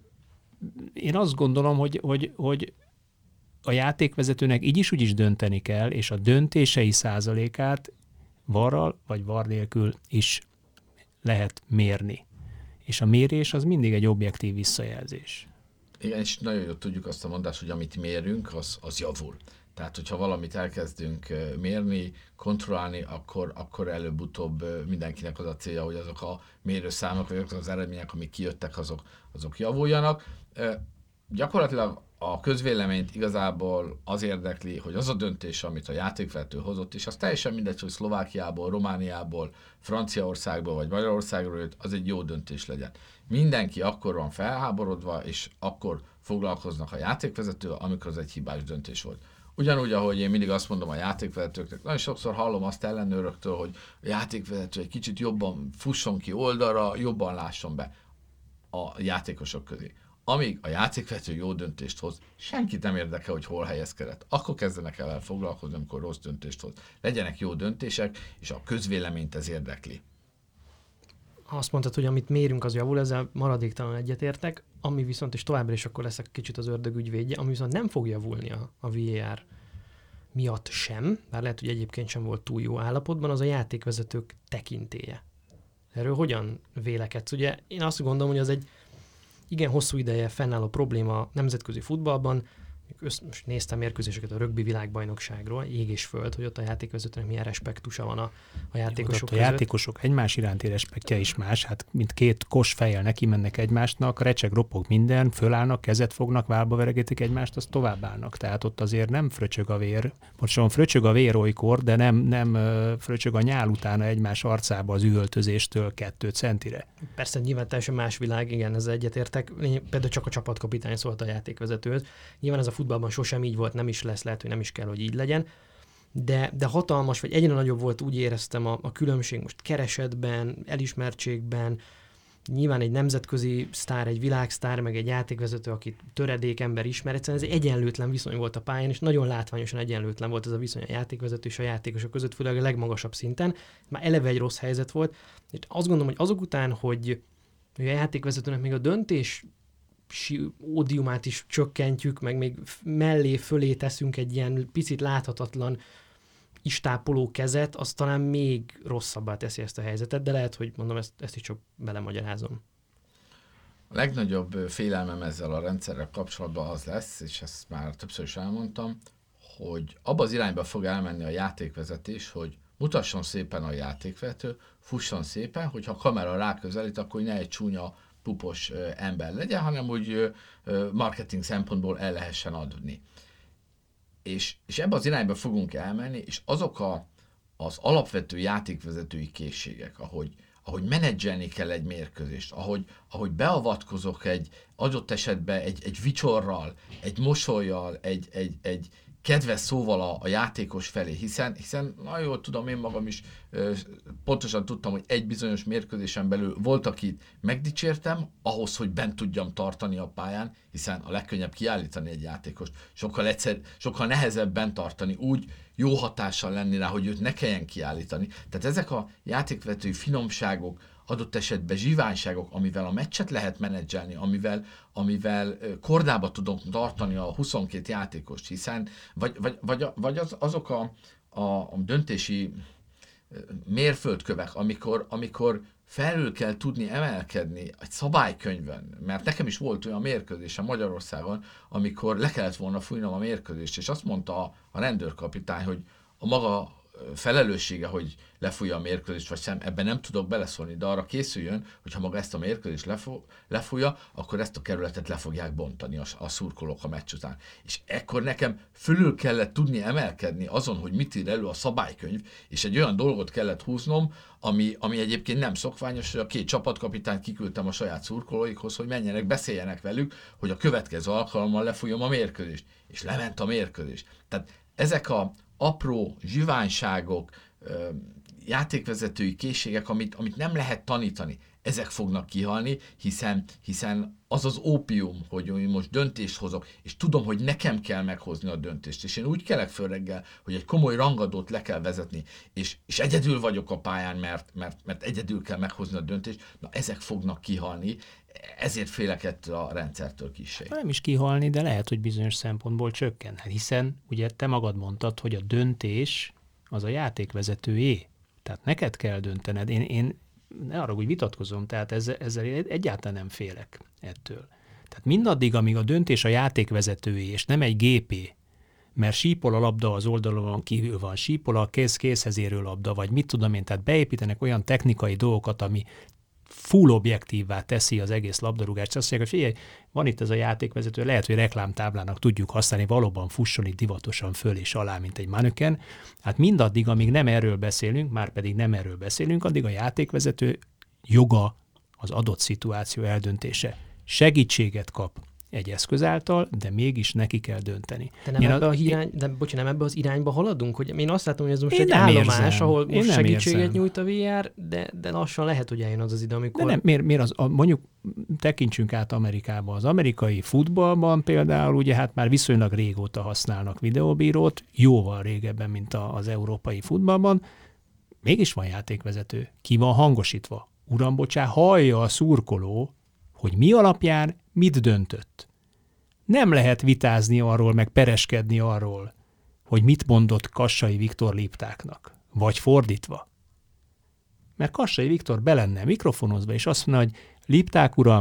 én azt gondolom, hogy, hogy, hogy a játékvezetőnek így is úgy is dönteni kell, és a döntései százalékát varral vagy var nélkül is lehet mérni. És a mérés az mindig egy objektív visszajelzés. Igen, és nagyon jól tudjuk azt a mondást, hogy amit mérünk, az, az javul. Tehát, hogyha valamit elkezdünk mérni, kontrollálni, akkor, akkor előbb-utóbb mindenkinek az a célja, hogy azok a mérőszámok, vagy azok az eredmények, amik kijöttek, azok, azok javuljanak. Gyakorlatilag a közvéleményt igazából az érdekli, hogy az a döntés, amit a játékvezető hozott, és az teljesen mindegy, hogy Szlovákiából, Romániából, Franciaországból vagy Magyarországról jött, az egy jó döntés legyen. Mindenki akkor van felháborodva, és akkor foglalkoznak a játékvezetővel, amikor az egy hibás döntés volt. Ugyanúgy, ahogy én mindig azt mondom a játékvezetőknek, nagyon sokszor hallom azt ellenőröktől, hogy a játékvezető egy kicsit jobban fusson ki oldalra, jobban lásson be a játékosok közé. Amíg a játékvezető jó döntést hoz, senkit nem érdekel, hogy hol helyezkedett. Akkor kezdenek el foglalkozni, amikor rossz döntést hoz. Legyenek jó döntések, és a közvéleményt ez érdekli. Azt mondtad, hogy amit mérünk, az javul, ezzel maradéktalan egyetértek, ami viszont, és továbbra is akkor leszek kicsit az ördög ügyvédje, ami viszont nem fog javulni a, a vé á er miatt sem, bár lehet, hogy egyébként sem volt túl jó állapotban, az a játékvezetők tekintélye. Erről hogyan vélekedsz? Ugye én azt gondolom, hogy az egy igen hosszú ideje fennálló probléma a nemzetközi futballban, Össz, most néztem mérkőzéseket a rögbi világbajnokságról, ég és föld, hogy ott a játékvezetőnek milyen respektusa van a, a játékosok között. A játékosok egymás iránti respektje is más, hát mint két kos fejjel neki mennek egymásnak, recseg, ropog minden, fölállnak, kezet fognak, válba veregítik egymást, azt tovább állnak. Tehát ott azért nem fröcsög a vér, pontosan fröcsög a vér olykor, de nem, nem fröcsög a nyál utána egymás arcába az üvöltözéstől kettő centire. Persze nyilván teljesen más világ, igen, ezzel egyetértek. Például csak a csapatkapitány szólt a játékvezetőhöz. Nyilván ez a futballban sosem így volt, nem is lesz, lehet, hogy nem is kell, hogy így legyen. De, de hatalmas, vagy egyre nagyobb volt, úgy éreztem a, a különbség most keresetben, elismertségben. Nyilván egy nemzetközi sztár, egy világsztár, meg egy játékvezető, akit töredék ember ismer, egyszerűen ez egy egyenlőtlen viszony volt a pályán, és nagyon látványosan egyenlőtlen volt ez a viszony a játékvezető és a játékosok között, főleg a legmagasabb szinten. Már eleve egy rossz helyzet volt. És azt gondolom, hogy azok után, hogy a játékvezetőnek még a döntés ódiumát is csökkentjük, meg még mellé, fölé teszünk egy ilyen picit láthatatlan istápoló kezet, az talán még rosszabbá teszi ezt a helyzetet, de lehet, hogy mondom, ezt, ezt is csak belemagyarázom. A legnagyobb félelmem ezzel a rendszerrel kapcsolatban az lesz, és ezt már többször is elmondtam, hogy abba az irányba fog elmenni a játékvezetés, hogy mutasson szépen a játékvezető, fusson szépen, hogyha a kamera ráközelít, akkor ne egy csúnya pupos ember legyen, hanem úgy marketing szempontból el lehessen adni. És, és ebbe az irányba fogunk elmenni, és azok a, az alapvető játékvezetői készségek, ahogy, ahogy menedzselni kell egy mérkőzést, ahogy, ahogy beavatkozok egy adott esetben egy, egy vicsorral, egy mosollyal, egy, egy, egy kedves szóval a, a játékos felé, hiszen, hiszen nagyon jól tudom, én magam is ö, pontosan tudtam, hogy egy bizonyos mérkőzésen belül volt, akit megdicsértem, ahhoz, hogy bent tudjam tartani a pályán, hiszen a legkönnyebb kiállítani egy játékost, sokkal, egyszer, sokkal nehezebb bent tartani, úgy jó hatással lenni rá, hogy őt ne kelljen kiállítani. Tehát ezek a játékvetői finomságok, adott esetben zsiványságok, amivel a meccset lehet menedzselni, amivel, amivel kordába tudom tartani a huszonkét játékost, hiszen vagy, vagy, vagy, vagy az, azok a, a, a döntési mérföldkövek, amikor, amikor felül kell tudni emelkedni egy szabálykönyvön, mert nekem is volt olyan mérkőzésem Magyarországon, amikor le kellett volna fújnom a mérkőzést, és azt mondta a, a rendőrkapitány, hogy a maga felelőssége, hogy lefújja a mérkőzést, vagy sem, ebben nem tudok beleszólni, de arra készüljön, hogyha maga ezt a mérkőzést lefújja, akkor ezt a kerületet le fogják bontani a, a szurkolók a meccs után. És ekkor nekem fölül kellett tudni emelkedni azon, hogy mit ír elő a szabálykönyv, és egy olyan dolgot kellett húznom, ami, ami egyébként nem szokványos, hogy a két csapatkapitányt kiküldtem a saját szurkolóikhoz, hogy menjenek, beszéljenek velük, hogy a következő alkalommal lefújjam a mérkőzést. És lement a mérkőzés. Tehát ezek a apró zsiványságok, játékvezetői készségek, amit, amit nem lehet tanítani, ezek fognak kihalni, hiszen, hiszen az az ópium, hogy én most döntést hozok, és tudom, hogy nekem kell meghozni a döntést, és én úgy kelek föl reggel, hogy egy komoly rangadót le kell vezetni, és, és egyedül vagyok a pályán, mert, mert, mert egyedül kell meghozni a döntést, na ezek fognak kihalni, ezért félek ettől a rendszertől kissé. Nem is kihalni, de lehet, hogy bizonyos szempontból csökken, hiszen ugye te magad mondtad, hogy a döntés az a játékvezetőjé. Tehát neked kell döntened. Én, én ne arra úgy vitatkozom, tehát ezzel, ezzel egyáltalán nem félek ettől. Tehát mindaddig, amíg a döntés a játékvezetőjé, és nem egy gépé, mert sípol a labda az oldalon kívül van, sípol a kéz kézhez érő labda, vagy mit tudom én, tehát beépítenek olyan technikai dolgokat, ami full objektívvá teszi az egész labdarúgást. Azt mondják, hogy figyelj, van itt ez a játékvezető, lehet, hogy reklámtáblának tudjuk használni, valóban fusson itt divatosan föl és alá, mint egy manöken. Hát mindaddig, amíg nem erről beszélünk, már pedig nem erről beszélünk, addig a játékvezető joga az adott szituáció eldöntése. Segítséget kap egy eszköz által, de mégis neki kell dönteni. De nem, én ebbe, a, a irány, de, bocsánat, nem ebbe az irányba haladunk? Hogy én azt látom, hogy ez most én egy állomás, érzem. ahol most segítséget érzem. nyújt a vé er, de, de lassan lehet, hogy eljön az az ide, amikor... De nem, miért, miért az, a, mondjuk tekintsünk át Amerikába. Az amerikai futballban például ugye hát már viszonylag régóta használnak videóbírót, jóval régebben, mint a, az európai futballban. Mégis van játékvezető. Ki van hangosítva? Uram, bocsá, hallja a szurkoló, hogy mi alapján mit döntött. Nem lehet vitázni arról, meg pereskedni arról, hogy mit mondott Kassai Viktor Liptáknak, vagy fordítva. Mert Kassai Viktor be lenne mikrofonozva, és azt mondja, hogy Lipták uram,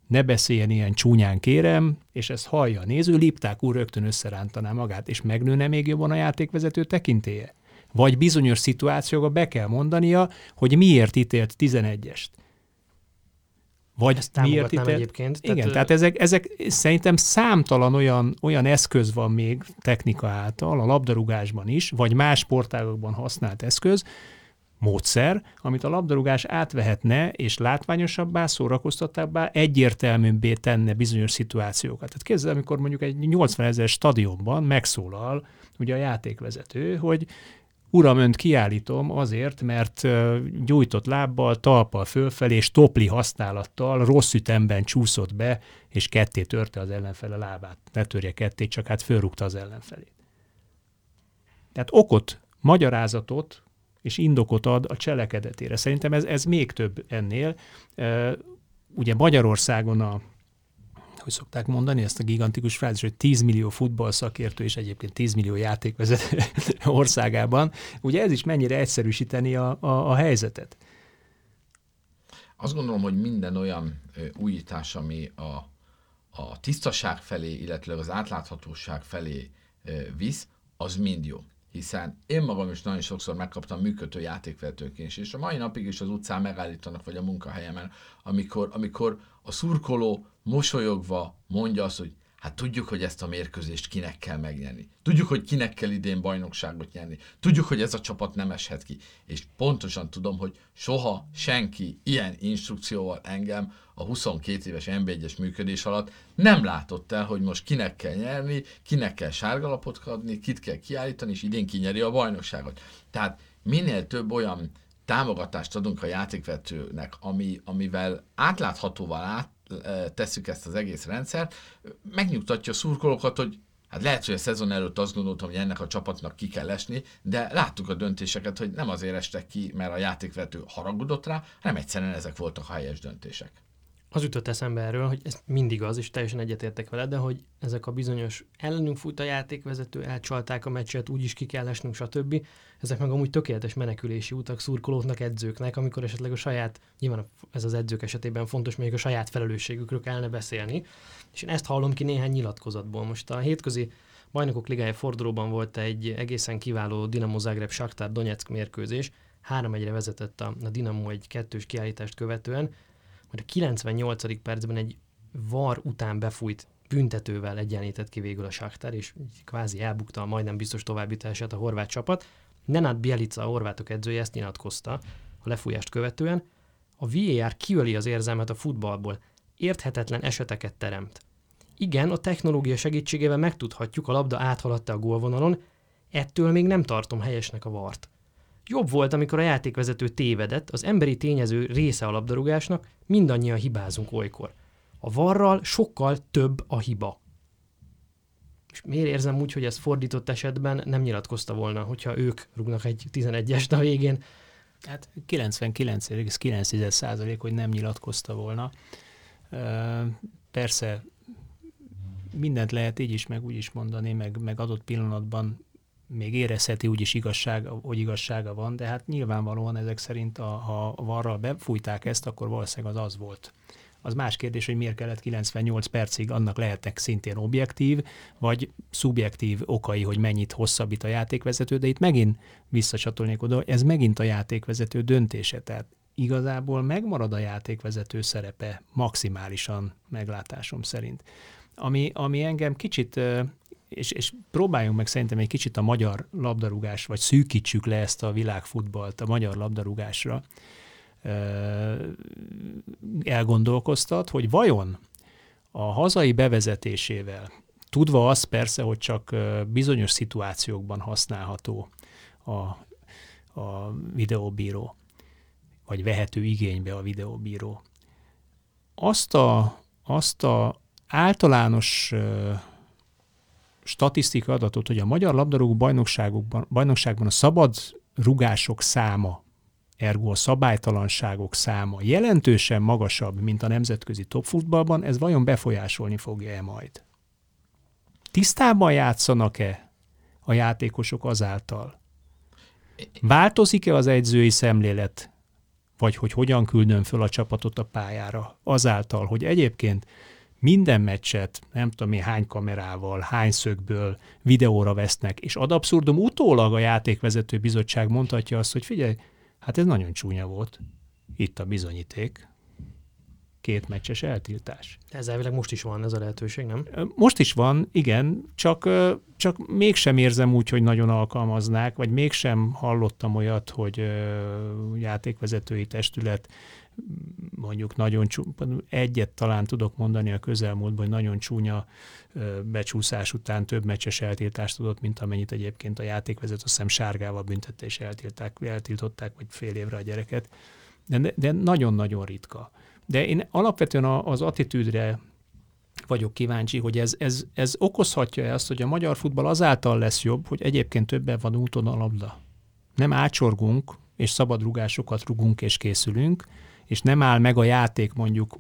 ne beszéljen ilyen csúnyán kérem, és ezt hallja a néző, Lipták úr rögtön összerántaná magát, és megnőne még jobban a játékvezető tekintélye. Vagy bizonyos szituációkban be kell mondania, hogy miért ítélt tizenegyest. Vagy ezt miért ítélt... egyébként. Igen, tehát, tehát, tehát ezek, ezek szerintem számtalan olyan, olyan eszköz van még technika által, a labdarúgásban is, vagy más sportágokban használt eszköz, módszer, amit a labdarúgás átvehetne, és látványosabbá, szórakoztatóbbá, egyértelműbbé tenne bizonyos szituációkat. Tehát képzeld, amikor mondjuk egy nyolcvanezeres stadionban megszólal ugye a játékvezető, hogy uram, önt kiállítom azért, mert gyújtott lábbal, talpal fölfelé és topli használattal rossz ütemben csúszott be, és ketté törte az ellenfele lábát. Ne törje ketté, csak hát fölrúgta az ellenfelét. Tehát okot, magyarázatot és indokot ad a cselekedetére. Szerintem ez, ez még több ennél. Ugye Magyarországon a, hogy szokták mondani ezt a gigantikus frázis, hogy tíz millió futballszakértő és egyébként tíz millió játékvezető országában. Ugye ez is mennyire egyszerűsíteni a, a, a helyzetet? Azt gondolom, hogy minden olyan újítás, ami a, a tisztaság felé, illetve az átláthatóság felé visz, az mind jó. Hiszen én magam is nagyon sokszor megkaptam működő játékvezetőként, és a mai napig is az utcán megállítanak, vagy a munkahelyemen, amikor, amikor a szurkoló mosolyogva mondja azt, hogy hát tudjuk, hogy ezt a mérkőzést kinek kell megnyerni. Tudjuk, hogy kinek kell idén bajnokságot nyerni. Tudjuk, hogy ez a csapat nem eshet ki. És pontosan tudom, hogy soha senki ilyen instrukcióval engem a huszonkét éves en bé egyes működés alatt nem látott el, hogy most kinek kell nyerni, kinek kell sárgalapot adni, kit kell kiállítani, és idén kinyeri a bajnokságot. Tehát minél több olyan támogatást adunk a játékvezetőnek, ami, amivel átláthatóval át tesszük ezt az egész rendszert, megnyugtatja a szurkolókat, hogy hát lehet, hogy a szezon előtt azt gondoltam, hogy ennek a csapatnak ki kell esni, de láttuk a döntéseket, hogy nem azért estek ki, mert a játékvezető haragudott rá, hanem egyszerűen ezek voltak a helyes döntések. Az jutott eszembe erről, hogy ez mindig az, és teljesen egyetértek veled, de hogy ezek a bizonyos ellenünk fut a játékvezető, elcsalták a meccset, úgyis ki kell esnünk, stb. Ezek meg amúgy tökéletes menekülési utak szurkolóknak, edzőknek, amikor esetleg a saját, nyilván ez az edzők esetében fontos, még a saját felelősségükről kellene beszélni. És én ezt hallom ki néhány nyilatkozatból. Most a hétközi Bajnokok Ligája fordulóban volt egy egészen kiváló Dinamo Zagreb Shakhtar Donetsk mérkőzés, három egyre vezetett a, a Dinamo egy kettős kiállítást követően, majd a kilencvennyolcadik percben egy var után befújt büntetővel egyenlített ki végül a Shakhtar, és kvázi elbukta a majdnem biztos továbbjutását a horvát csapat. Nenad Bjelica, a horvátok edzője, ezt nyilatkozta a lefújást követően. A vé á er kiöli az érzelmet a futballból, érthetetlen eseteket teremt. Igen, a technológia segítségével megtudhatjuk, a labda áthaladta a gólvonalon, ettől még nem tartom helyesnek a vart. Jobb volt, amikor a játékvezető tévedett, az emberi tényező része a labdarúgásnak, mindannyian hibázunk olykor. A varral sokkal több a hiba. És miért érzem úgy, hogy ez fordított esetben nem nyilatkozta volna, hogyha ők rúgnak egy tizenegyest a végén? Hát kilencvenkilenc egész kilenc százalék, hogy nem nyilatkozta volna. Persze mindent lehet így is, meg úgy is mondani, meg, meg adott pillanatban még érezheti úgyis igazsága, hogy igazsága van, de hát nyilvánvalóan ezek szerint, a, ha a varral befújták ezt, akkor valószínűleg az az volt. Az más kérdés, hogy miért kellett kilencvennyolc percig, annak lehetnek szintén objektív, vagy szubjektív okai, hogy mennyit hosszabbít a játékvezető, de itt megint visszacsatolnék oda, hogy ez megint a játékvezető döntése, tehát igazából megmarad a játékvezető szerepe maximálisan meglátásom szerint. Ami, ami engem kicsit... És, és próbáljunk meg szerintem egy kicsit a magyar labdarúgás, vagy szűkítsük le ezt a világfutballt a magyar labdarúgásra, elgondolkoztat, hogy vajon a hazai bevezetésével, tudva azt persze, hogy csak bizonyos szituációkban használható a, a videóbíró, vagy vehető igénybe a videóbíró, azt a, azt a általános statisztika adatot, hogy a magyar labdarúgó bajnokságokban, bajnokságban a szabad rugások száma, ergo a szabálytalanságok száma jelentősen magasabb, mint a nemzetközi topfutballban, ez vajon befolyásolni fogja-e majd? Tisztában játszanak-e a játékosok azáltal? Változik-e az edzői szemlélet? vagy hogy hogyan küldöm föl a csapatot a pályára, azáltal, hogy egyébként minden meccset, nem tudom én hány kamerával, hány szögből videóra vesznek, és ad abszurdum utólag a játékvezető bizottság mondhatja azt, hogy figyelj, hát ez nagyon csúnya volt. Itt a bizonyíték. Két meccses eltiltás. Ez elvileg most is van ez a lehetőség, nem? Most is van, igen, csak, csak mégsem érzem úgy, hogy nagyon alkalmaznák, vagy mégsem hallottam olyat, hogy játékvezetői testület mondjuk nagyon csúnya, egyet talán tudok mondani a közelmúltban, hogy nagyon csúnya becsúszás után több meccses eltiltást tudott, mint amennyit egyébként a játékvezető, azt hiszem sárgával büntette és eltilták, eltiltották, vagy fél évre a gyereket, de, de nagyon-nagyon ritka. De én alapvetően az attitűdre vagyok kíváncsi, hogy ez, ez, ez okozhatja azt, hogy a magyar futball azáltal lesz jobb, hogy egyébként többen van úton a labda. Nem átsorgunk, és szabad rúgásokat rugunk, és készülünk, és nem áll meg a játék mondjuk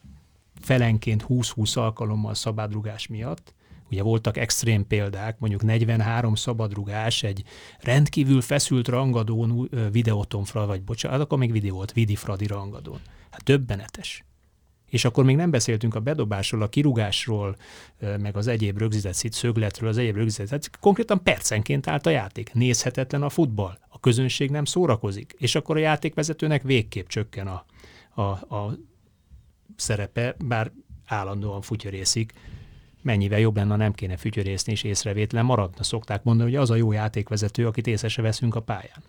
felenként húsz-húsz alkalommal szabadrugás miatt. Ugye voltak extrém példák, mondjuk negyvenhárom szabadrugás egy rendkívül feszült rangadón videóton, vagy bocsánat, akkor még videó volt, Vidi Fradi rangadón. Hát döbbenetes. És akkor még nem beszéltünk a bedobásról, a kirugásról, meg az egyéb rögzített szögletről, az egyéb rögzített, hát konkrétan percenként állt a játék. Nézhetetlen a futball. A közönség nem szórakozik. És akkor a játékvezetőnek végképp csökken a, a, a szerepe, bár állandóan fütyörészik. Mennyivel jobb lenne, nem kéne fütyörészni, és észrevétlen maradna. Szokták mondani, hogy az a jó játékvezető, akit észre se veszünk a pályán.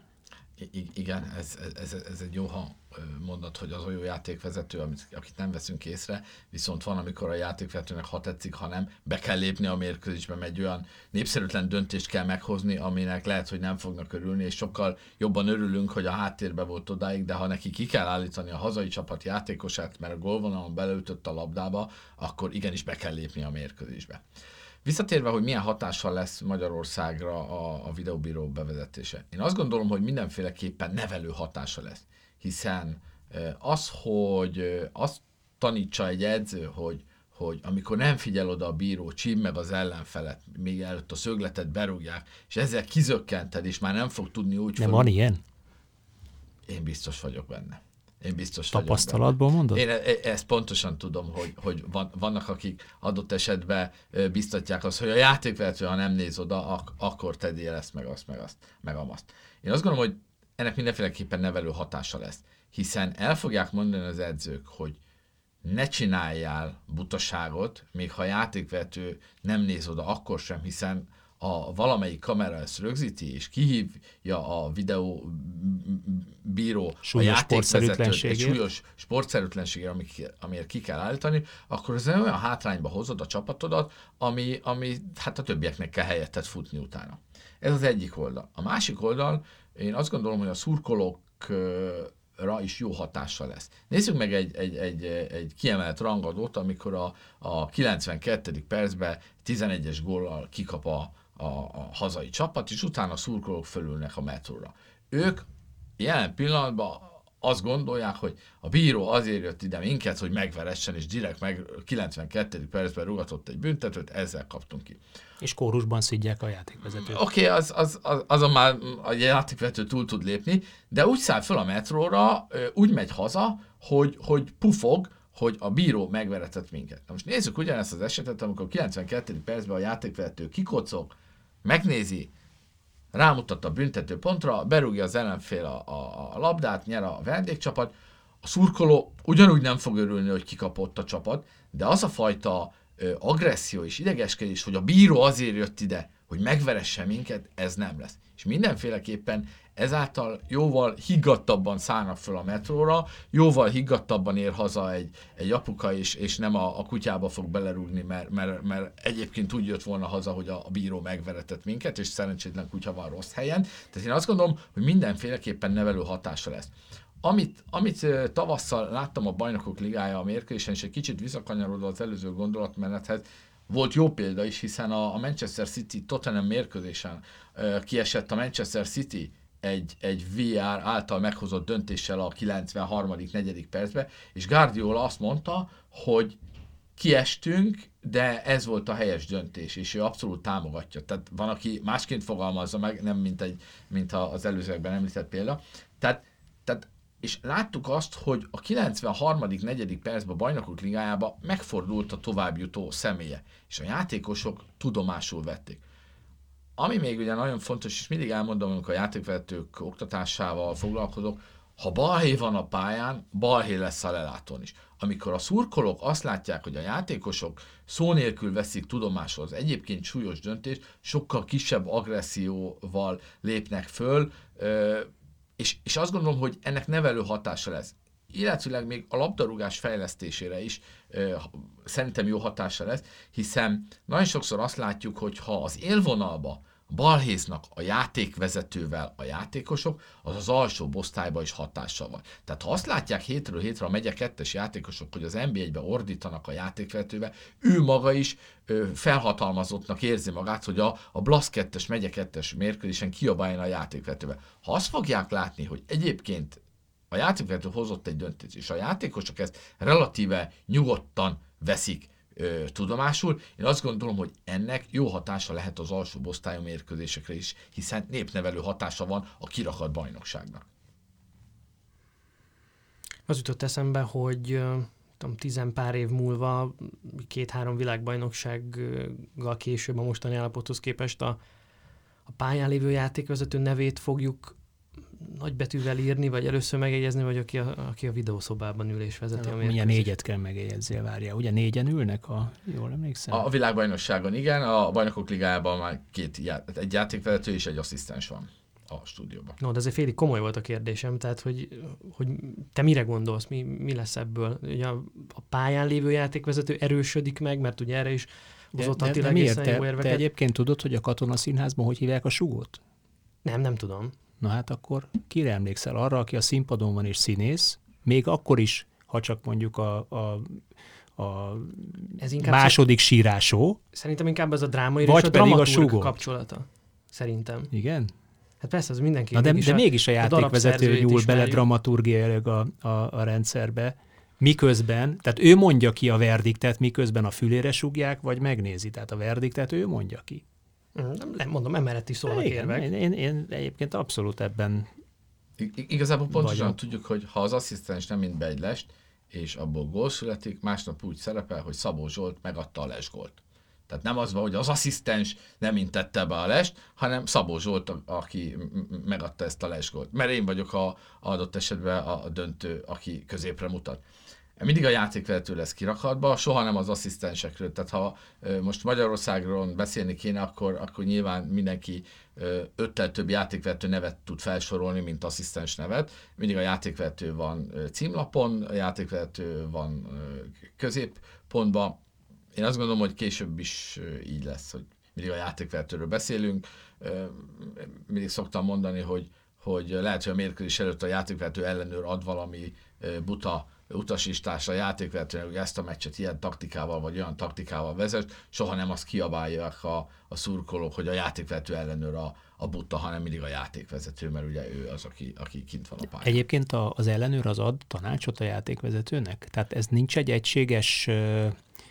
I- igen, ez, ez, ez egy jó mondat, hogy az a jó játékvezető, amit, akit nem veszünk észre, viszont van, amikor a játékvezetőnek ha tetszik, ha nem, be kell lépni a mérkőzésbe, mert egy olyan népszerűtlen döntést kell meghozni, aminek lehet, hogy nem fognak örülni, és sokkal jobban örülünk, hogy a háttérbe volt odáig, de ha neki ki kell állítani a hazai csapat játékosát, mert a gólvonalon beleütött a labdába, akkor igenis be kell lépni a mérkőzésbe. Visszatérve, hogy milyen hatással lesz Magyarországra a, a videóbíró bevezetése. Én azt gondolom, hogy mindenféleképpen nevelő hatása lesz, hiszen az, hogy azt tanítsa egy edző, hogy, hogy amikor nem figyel oda a bíró, csíp meg az ellenfelet, még előtt a szögletet berúgják, és ezzel kizökkented, és már nem fog tudni úgy... Nem föl... van ilyen? Én biztos vagyok benne. Én biztos Tapasztalatból mondod? Én ezt pontosan tudom, hogy, hogy van, vannak, akik adott esetben biztatják azt, hogy a játékvezető, ha nem néz oda, ak- akkor tegyél ezt, meg azt, meg azt, meg amazt. Én azt gondolom, hogy ennek mindenféleképpen nevelő hatása lesz, hiszen el fogják mondani az edzők, hogy ne csináljál butaságot, még ha a játékvezető nem néz oda, akkor sem, hiszen a valamelyik kamera ezt rögzíti, és kihívja a videó bíró a játékvezetőt egy súlyos sportszerűtlenségére, amiért ki kell állítani, akkor ez olyan hátrányba hozod a csapatodat, ami, ami hát a többieknek kell helyettet futni utána. Ez az egyik oldal. A másik oldal, én azt gondolom, hogy a szurkolókra is jó hatással lesz. Nézzük meg egy, egy, egy, egy kiemelt rangadót, amikor a, a kilencvenkettedik percben tizenegyes góllal kikap a A, a hazai csapat, és utána a szurkolók fölülnek a metróra. Ők jelen pillanatban azt gondolják, hogy a bíró azért jött ide minket, hogy megveressen, és direkt meg kilencvenkettedik percben rugatott egy büntetőt, ezzel kaptunk ki. És kórusban szidják a játékvezetőt. Oké, okay, az, az, az, azon már a játékvezető túl tud lépni, de úgy száll föl a metróra, úgy megy haza, hogy, hogy pufog, hogy a bíró megveretett minket. Na most nézzük ugyanezt az esetet, amikor a kilencvenkettedik percben a játékvezető kikocog, megnézi, rámutat a büntető pontra, berúgja az ellenfél a, a, a labdát, nyer a vendégcsapat, a szurkoló ugyanúgy nem fog örülni, hogy kikapott a csapat, de az a fajta ö, agresszió és idegeskedés, hogy a bíró azért jött ide, hogy megveresse minket, ez nem lesz. És mindenféleképpen ezáltal jóval higgadtabban szállnak föl a metróra, jóval higgadtabban ér haza egy, egy apuka, és, és nem a, a kutyába fog belerúgni, mert, mert, mert egyébként úgy jött volna haza, hogy a, a bíró megveretett minket, és szerencsétlen kutya van rossz helyen. Tehát én azt gondolom, hogy mindenféleképpen nevelő hatása lesz. Amit, amit tavasszal láttam a Bajnokok Ligája a mérkőzésen, és egy kicsit visszakanyarodva az előző gondolatmenethez, volt jó példa is, hiszen a, a Manchester City Tottenham mérkőzésen uh, kiesett a Manchester City egy, egy vé er által meghozott döntéssel a kilencvenharmadik negyedik percben, és Guardiola azt mondta, hogy kiestünk, de ez volt a helyes döntés, és ő abszolút támogatja. Tehát van, aki másként fogalmazza meg, nem mint, egy, mint az előzőekben említett példa. Tehát, tehát és láttuk azt, hogy a kilencvenharmadik negyedik percben a Bajnokok Ligájában megfordult a továbbjutó személye, és a játékosok tudomásul vették. Ami még ugye nagyon fontos, és mindig elmondom, amikor a játékvezetők oktatásával foglalkozok, ha balhé van a pályán, balhé lesz a lelátón is. Amikor a szurkolók azt látják, hogy a játékosok szó nélkül veszik tudomásul az egyébként súlyos döntést, sokkal kisebb agresszióval lépnek föl, és, és azt gondolom, hogy ennek nevelő hatása lesz. Illetőleg még a labdarúgás fejlesztésére is ö, szerintem jó hatása lesz, hiszen nagyon sokszor azt látjuk, hogy ha az élvonalba balhéznak a játékvezetővel a játékosok, az az alsó osztályba is hatással van. Tehát ha azt látják hétről hétre a megye kettes játékosok, hogy az en bé egyben ordítanak a játékvezetővel, ő maga is ö, felhatalmazottnak érzi magát, hogy a, a Blasz kettes, megye kettes mérkőzésen kiabáljon a játékvezetővel. Ha azt fogják látni, hogy egyébként a játékvezető hozott egy döntést, és a játékosok ezt relatíve nyugodtan veszik ö, tudomásul, én azt gondolom, hogy ennek jó hatása lehet az alsóbb osztályú mérkőzésekre is, hiszen népnevelő hatása van a kirakat bajnokságnak. Az jutott eszembe, hogy tudom, tizenpár év múlva, két-három világbajnoksággal később a mostani állapothoz képest a, a pályán lévő játékvezető nevét fogjuk nagybetűvel írni, vagy először megjegyezni, vagy aki a, aki a videószobában ül és vezeti a mérkőzést. Ugye négyet kell megjegyezzél, várjál. Ugye négyen ülnek, a, jól emlékszem? A, a világbajnokságon igen, a Bajnokok Ligájában már két, egy játékvezető és egy asszisztens van a stúdióban. No, de azért félig komoly volt a kérdésem, tehát hogy, hogy te mire gondolsz, mi, mi lesz ebből? Ugye a, a pályán lévő játékvezető erősödik meg, mert ugye erre is hozott Attila egészen jó érveket. Te egyébként tudod, hogy a Katona Színházban hogy hívják a sugót? Nem, nem tudom. Na hát akkor kire emlékszel? Arra, aki a színpadon van és színész, még akkor is, ha csak mondjuk a, a, a ez második sírásó. Szerintem inkább ez a drámaíró és a dramaturg kapcsolata. Szerintem. Igen? Hát persze, az mindenki. Na de, mégis de a, mégis a játékvezető nyúl bele dramaturgiailag a, a, a rendszerbe, miközben, tehát ő mondja ki a verdiktet, miközben a fülére sugják, vagy megnézi. Tehát a verdiktet ő mondja ki. Nem mondom, emellett is szólnak érvek. Én, én, én egyébként abszolút ebben I- Igazából pontosan vagyok. Tudjuk, hogy ha az asszisztens nem mint be egy lest, és abból gól születik, másnap úgy szerepel, hogy Szabó Zsolt megadta a lesgólt. Tehát nem az van, hogy az asszisztens nem intette be a lest, hanem Szabó Zsolt, aki megadta ezt a lesgólt. Mert én vagyok a, adott esetben a döntő, aki középre mutat. Mindig a játékvezető lesz kirakatba, soha nem az asszisztensekről. Tehát ha most Magyarországról beszélni kéne, akkor, akkor nyilván mindenki öttel több játékvezető nevet tud felsorolni, mint asszisztens nevet. Mindig a játékvezető van címlapon, a játékvezető van középpontban. Én azt gondolom, hogy később is így lesz, hogy mindig a játékvezetőről beszélünk. Mindig szoktam mondani, hogy, hogy lehet, hogy a mérkőzés előtt a játékvezető ellenőr ad valami buta utasításra a játékvezetőnek, hogy ezt a meccset ilyen taktikával vagy olyan taktikával vezet, soha nem azt kiabálják a, a szurkolók, hogy a játékvezető ellenőr a, a buta, hanem mindig a játékvezető, mert ugye ő az, aki, aki kint van a pályán. Egyébként a, az ellenőr az ad tanácsot a játékvezetőnek? Tehát ez nincs egy egységes uh,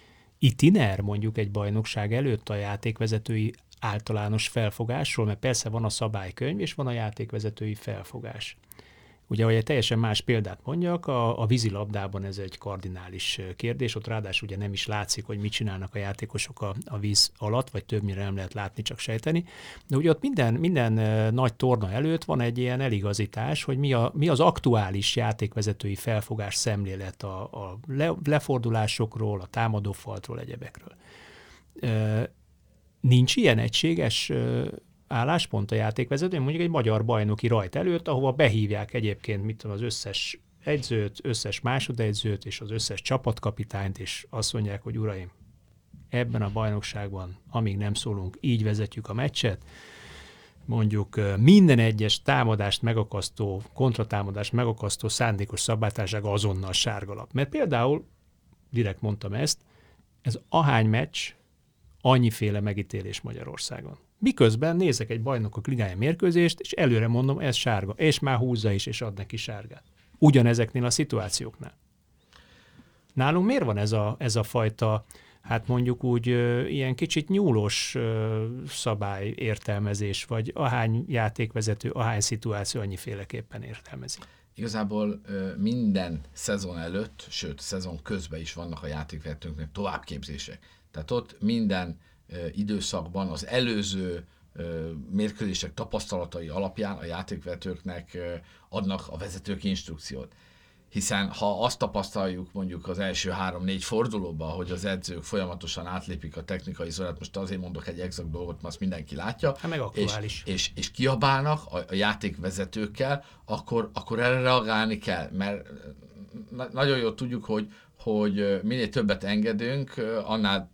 itiner mondjuk egy bajnokság előtt a játékvezetői általános felfogásról, mert persze van a szabálykönyv, és van a játékvezetői felfogás. Ugye, hogy egy teljesen más példát mondjak, a, a vízilabdában ez egy kardinális kérdés, ott ráadásul ugye nem is látszik, hogy mit csinálnak a játékosok a, a víz alatt, vagy többnyire nem lehet látni, csak sejteni. De ugye ott minden, minden nagy torna előtt van egy ilyen eligazítás, hogy mi, a, mi az aktuális játékvezetői felfogás szemlélet a, a le, lefordulásokról, a támadófaltról, egyebekről. E, nincs ilyen egységes álláspont a játékvezető, mondjuk egy magyar bajnoki rajt előtt, ahova behívják egyébként mit tudom, az összes edzőt, összes másodedzőt és az összes csapatkapitányt, és azt mondják, hogy uraim, ebben a bajnokságban, amíg nem szólunk, így vezetjük a meccset, mondjuk minden egyes támadást megakasztó, kontratámadást megakasztó szándékos szabálytalanság azonnal sárgalap. Mert például, direkt mondtam ezt, ez ahány meccs, annyiféle megítélés Magyarországon. Miközben nézek egy Bajnokok Ligája mérkőzést, és előre mondom, ez sárga, és már húzza is, és ad neki sárgát. Ugyanezeknél a szituációknál. Nálunk miért van ez a, ez a fajta, hát mondjuk úgy ö, ilyen kicsit nyúlós ö, szabály értelmezés, vagy ahány játékvezető, ahány szituáció annyiféleképpen értelmezi? Igazából minden szezon előtt, sőt, szezon közben is vannak a játékvezetőknek továbbképzések. Tehát ott minden időszakban az előző mérkőzések tapasztalatai alapján a játékvezetőknek adnak a vezetők instrukciót. Hiszen ha azt tapasztaljuk mondjuk az első három-négy fordulóban, hogy az edzők folyamatosan átlépik a technikai zónát, most azért mondok egy exakt dolgot, mert azt mindenki látja, hát meg aktuális. És, és, és kiabálnak a, a játékvezetőkkel, akkor, akkor erre reagálni kell, mert na, nagyon jól tudjuk, hogy, hogy minél többet engedünk, annál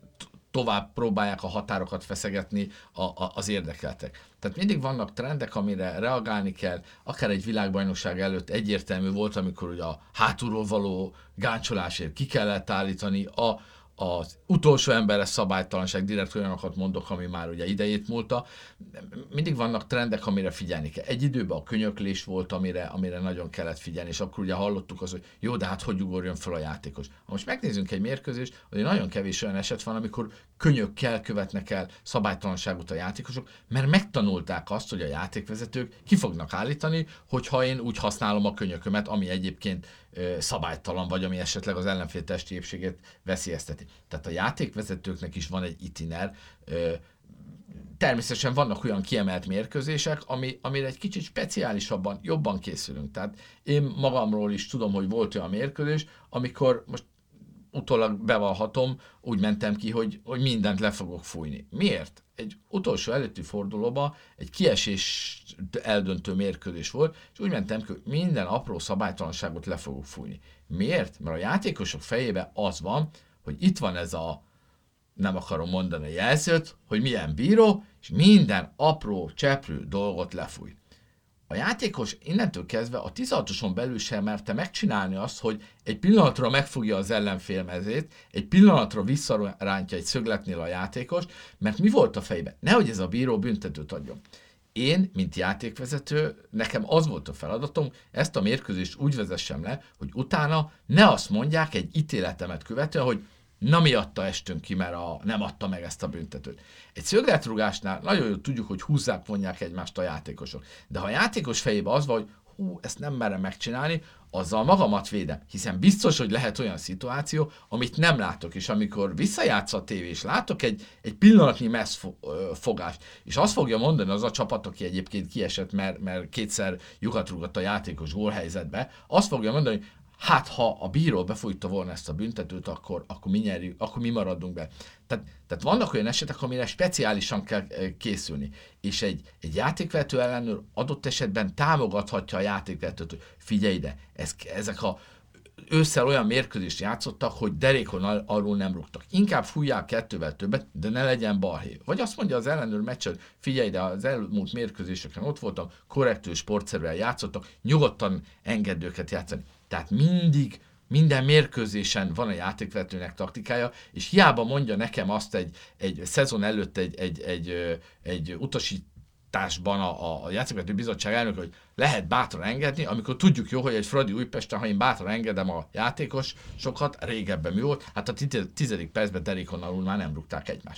tovább próbálják a határokat feszegetni a, a, az érdekeltek. Tehát mindig vannak trendek, amire reagálni kell, akár egy világbajnokság előtt egyértelmű volt, amikor ugye a hátulról való gáncsolásért ki kellett állítani, a, az utolsó emberes szabálytalanság, direkt olyanokat mondok, ami már ugye idejét múlta. Mindig vannak trendek, amire figyelni kell. Egy időben a könyöklés volt, amire, amire nagyon kellett figyelni, és akkor ugye hallottuk az, hogy jó, de hát hogy ugorjon fel a játékos. Ha most megnézzünk egy mérkőzést, hogy nagyon kevés olyan eset van, amikor könyökkel követnek el szabálytalanságot a játékosok, mert megtanulták azt, hogy a játékvezetők ki fognak állítani, hogyha én úgy használom a könyökömet, ami egyébként ö, szabálytalan, vagy ami esetleg az ellenfél testi épségét veszélyezteti. Tehát a játékvezetőknek is van egy itiner. Ö, természetesen vannak olyan kiemelt mérkőzések, ami, amire egy kicsit speciálisabban, jobban készülünk. Tehát én magamról is tudom, hogy volt olyan mérkőzés, amikor most utólag bevallhatom, úgy mentem ki, hogy, hogy mindent le fogok fújni. Miért? Egy utolsó előtti fordulóban egy kiesés eldöntő mérkőzés volt, és úgy mentem ki, hogy minden apró szabálytalanságot le fogok fújni. Miért? Mert a játékosok fejében az van, hogy itt van ez a, nem akarom mondani a jelzőt, hogy milyen bíró, és minden apró, cseprő dolgot lefúj. A játékos innentől kezdve a tizenhatoson belül sem merte megcsinálni azt, hogy egy pillanatra megfogja az ellenfél mezét, egy pillanatra visszarántja egy szögletnél a játékos, mert mi volt a fejben? Nehogy ez a bíró büntetőt adjon. Én, mint játékvezető, nekem az volt a feladatom, ezt a mérkőzést úgy vezessem le, hogy utána ne azt mondják egy ítéletemet követően, hogy na miatta estünk ki, mert a, nem adta meg ezt a büntetőt. Egy szögletrugásnál nagyon jól tudjuk, hogy húzzák, vonják egymást a játékosok. De ha a játékos fejében az van, hogy hú, ezt nem merem megcsinálni, azzal magamat védem. Hiszen biztos, hogy lehet olyan szituáció, amit nem látok, és amikor visszajátsz a tévé, és látok egy, egy pillanatnyi messz fogást, és azt fogja mondani az a csapat, aki egyébként kiesett, mert, mert kétszer lyukat rúgott a játékos gólhelyzetbe, azt fogja mondani, hogy hát ha a bíró befújta volna ezt a büntetőt, akkor, akkor, mi, nyerjük, akkor mi maradunk be. Tehát, tehát vannak olyan esetek, amire speciálisan kell készülni. És egy, egy játékvezető ellenőr adott esetben támogathatja a játékvezetőt, hogy figyelj ide, ez, ezek a ősszel olyan mérkőzést játszottak, hogy derékon alul nem rúgtak. Inkább fújják kettővel többet, de ne legyen balhé. Vagy azt mondja az ellenőr meccsen, figyelj, de az elmúlt mérkőzéseken ott voltam, korrektül, sportszerűen játszottak, nyugodtan engedd őket játszani. Tehát mindig, minden mérkőzésen van a játékvezetőnek taktikája, és hiába mondja nekem azt egy, egy szezon előtt egy, egy, egy, egy utasításban a, a játékvezető bizottság elnök, hogy lehet bátran engedni, amikor tudjuk jó, hogy egy Fradi Újpesten, ha én bátran engedem a játékos sokat, régebben mi volt, hát a tizedik percben derékon alul már nem rúgták egymást.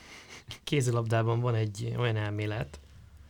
Kézilabdában van egy olyan elmélet,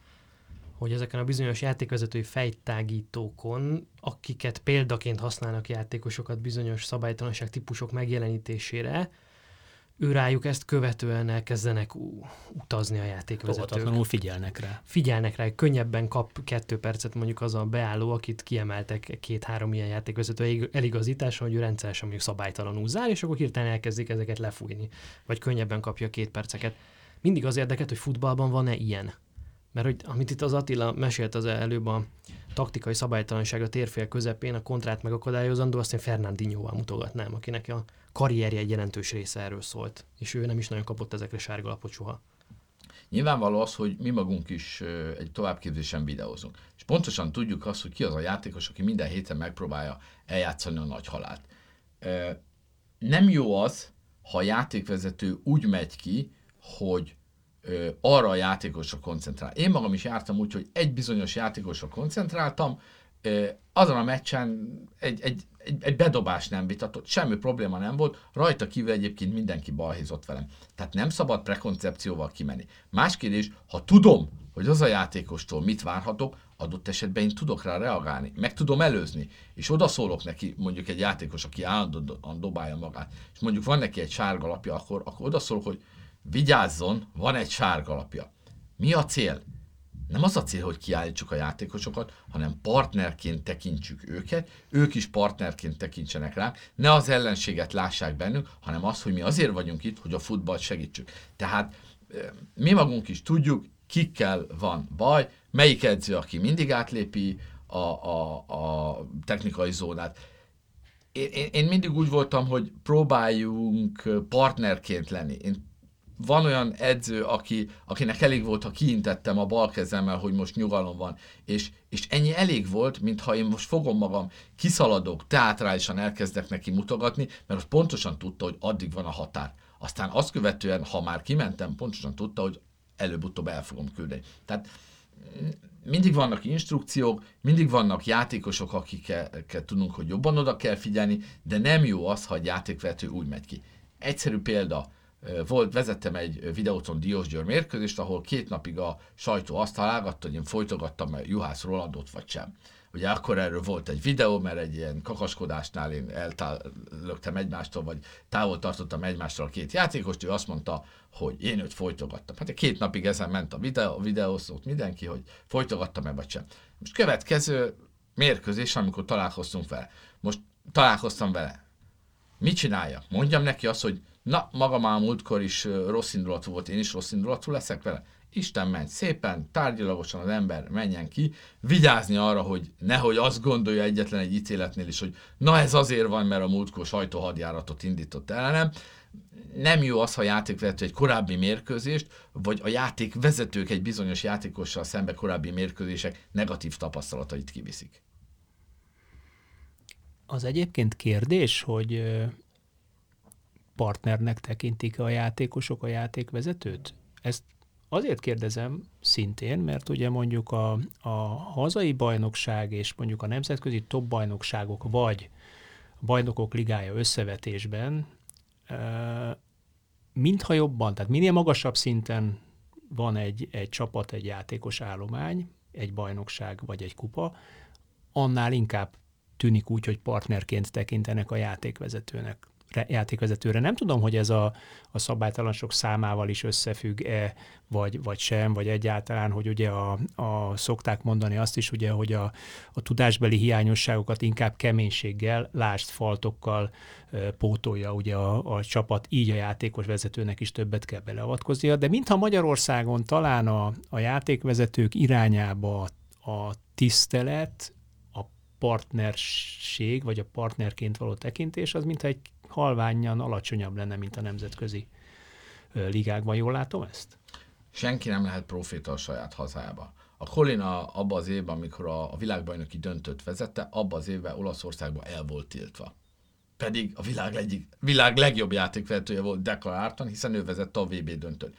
hogy ezeken a bizonyos játékvezetői fejtágítókon, akiket példaként használnak játékosokat bizonyos szabálytalanság típusok megjelenítésére, ő rájuk ezt követően elkezdenek utazni a játékvezetők. Óvatatlanul figyelnek rá. Figyelnek rá, könnyebben kap kettő percet mondjuk az a beálló, akit kiemeltek két-három ilyen játékvezető eligazítása, hogy ő rendszeresen mondjuk szabálytalanul zár, és akkor hirtelen elkezdik ezeket lefújni. Vagy könnyebben kapja két perceket. Mindig az érdekelt, hogy futballban van-e ilyen. Mert hogy amit itt az Attila mesélt az előbb, a taktikai szabálytalanság a térfél közepén, a kontrát megakadályozandó, azt én Fernandinhoval mutogatnám, akinek a karrierje egy jelentős része erről szólt, és ő nem is nagyon kapott ezekre sárgalapot soha. Nyilvánvaló az, hogy mi magunk is egy továbbképzésen videózunk. És pontosan tudjuk azt, hogy ki az a játékos, aki minden héten megpróbálja eljátszani a nagy halált. Nem jó az, ha a játékvezető úgy megy ki, hogy arra a játékosra koncentrál. Én magam is jártam úgy, hogy egy bizonyos játékosra koncentráltam, azon a meccsen egy, egy, egy, egy bedobás nem vitatott, semmi probléma nem volt, rajta kívül egyébként mindenki balhézott velem. Tehát nem szabad prekoncepcióval kimenni. Más kérdés, ha tudom, hogy az a játékostól mit várhatok, adott esetben én tudok rá reagálni, meg tudom előzni, és odaszólok neki, mondjuk egy játékos, aki állandóan dobálja magát, és mondjuk van neki egy sárga lapja, akkor, akkor odaszólok, hogy vigyázzon, van egy sárga lapja. Mi a cél? Nem az a cél, hogy kiállítsuk a játékosokat, hanem partnerként tekintsük őket, ők is partnerként tekintsenek ránk, ne az ellenséget lássák bennünk, hanem az, hogy mi azért vagyunk itt, hogy a futballt segítsük. Tehát mi magunk is tudjuk, kikkel van baj, melyik edző, aki mindig átlépi a, a, a technikai zónát. Én, én, én mindig úgy voltam, hogy próbáljunk partnerként lenni. Én Van olyan edző, aki, akinek elég volt, ha kiintettem a bal kezemmel, hogy most nyugalom van, és, és ennyi elég volt, mintha én most fogom magam, kiszaladok, teátrálisan elkezdek neki mutogatni, mert most pontosan tudta, hogy addig van a határ. Aztán azt követően, ha már kimentem, pontosan tudta, hogy előbb-utóbb el fogom küldeni. Tehát mindig vannak instrukciók, mindig vannak játékosok, akikkel tudunk, hogy jobban oda kell figyelni, de nem jó az, ha egy játékvezető úgy megy ki. Egyszerű példa, volt, vezettem egy videóton Diósgyőr mérkőzést, ahol két napig a sajtó azt találgatta, hogy én folytogattam a Juhász Rolandot vagy sem. Ugye akkor erről volt egy videó, mert egy ilyen kakaskodásnál én eltálögtem egymástól, vagy távol tartottam egymástól a két játékost, ő azt mondta, hogy én őt folytogattam. Hát két napig ezen ment a videó, a videó szólt mindenki, hogy folytogattam-e vagy sem. Most következő mérkőzés, amikor találkoztunk vele. Most találkoztam vele. Mit csináljak? Mondjam neki azt, hogy na, maga már múltkor is rossz indulatú volt, én is rossz indulatú leszek vele. Isten menj szépen, tárgyalagosan az ember menjen ki, vigyázni arra, hogy nehogy azt gondolja egyetlen egy ítéletnél is, hogy na ez azért van, mert a múltkor sajtóhadjáratot indított ellenem. Nem jó az, ha játékvezető egy korábbi mérkőzést, vagy a játékvezetők egy bizonyos játékossal szembe korábbi mérkőzések negatív tapasztalatait kiviszik. Az egyébként kérdés, hogy partnernek tekintik a játékosok a játékvezetőt? Ezt azért kérdezem szintén, mert ugye mondjuk a, a hazai bajnokság és mondjuk a nemzetközi top bajnokságok vagy a bajnokok ligája összevetésben mintha jobban, tehát minél magasabb szinten van egy, egy csapat, egy játékos állomány, egy bajnokság vagy egy kupa, annál inkább tűnik úgy, hogy partnerként tekintenek a játékvezetőnek. játékvezetőre. Nem tudom, hogy ez a, a szabálytalanság számával is összefügg-e, vagy, vagy sem, vagy egyáltalán, hogy ugye a, a, szokták mondani azt is, ugye, hogy a, a tudásbeli hiányosságokat inkább keménységgel, lásd faltokkal e, pótolja ugye a, a csapat, így a játékos vezetőnek is többet kell beleavatkoznia, de mintha Magyarországon talán a, a játékvezetők irányába a tisztelet, a partnerség, vagy a partnerként való tekintés, az mintha egy halványan alacsonyabb lenne, mint a nemzetközi ligákban. Jól látom ezt? Senki nem lehet proféta a saját hazába. A Colina abban az évben, amikor a, a világbajnoki döntőt vezette, abban az évben Olaszországban el volt tiltva. Pedig a világ, egyik, világ legjobb játékvezetője volt deklaráltan, hiszen ő vezette a vé bé döntőt.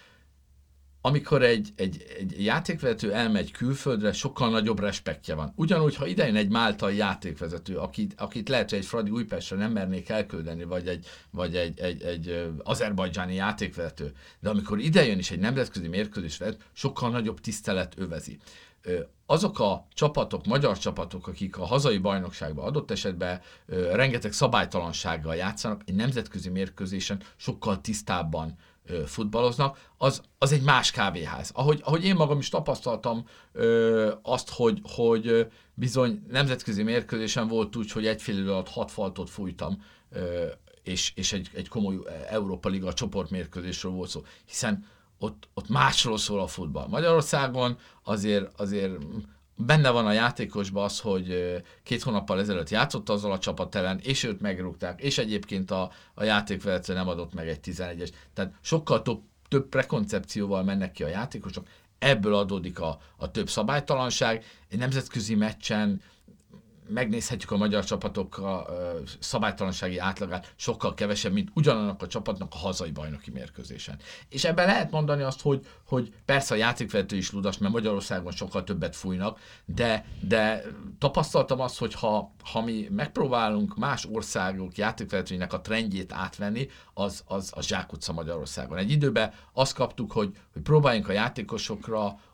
Amikor egy, egy, egy játékvezető elmegy külföldre, sokkal nagyobb respektje van. Ugyanúgy, ha idejön egy máltai játékvezető, akit, akit lehet, hogy egy Fradi Újpestre nem mernék elküldeni, vagy egy, vagy egy, egy, egy azerbajdzsáni játékvezető, de amikor idejön is egy nemzetközi mérkőzés vezet, sokkal nagyobb tisztelet övezi. Azok a csapatok, magyar csapatok, akik a hazai bajnokságban adott esetben ö, rengeteg szabálytalansággal játszanak, egy nemzetközi mérkőzésen sokkal tisztábban ö, futballoznak, az, az egy más kávéház. Ahogy, ahogy én magam is tapasztaltam ö, azt, hogy, hogy bizony nemzetközi mérkőzésen volt úgy, hogy egy fél idő alatt hat faltot fújtam, ö, és, és egy, egy komoly Európa Liga csoportmérkőzésről volt szó, hiszen Ott, ott másról szól a futball. Magyarországon azért, azért benne van a játékosban az, hogy két hónappal ezelőtt játszott azzal a csapat ellen, és őt megrúgták, és egyébként a, a játékvezető nem adott meg egy tizenegyes. Tehát sokkal több, több prekoncepcióval mennek ki a játékosok, ebből adódik a, a több szabálytalanság. Egy nemzetközi meccsen megnézhetjük a magyar csapatok a szabálytalansági átlagát, sokkal kevesebb, mint ugyanannak a csapatnak a hazai bajnoki mérkőzésen. És ebben lehet mondani azt, hogy, hogy persze a játékvezető is ludas, mert Magyarországon sokkal többet fújnak, de, de tapasztaltam azt, hogy ha, ha mi megpróbálunk más országok játékvezetőinek a trendjét átvenni, az, az, az zsákutca Magyarországon. Egy időben azt kaptuk, hogy, hogy próbáljunk a játékosokra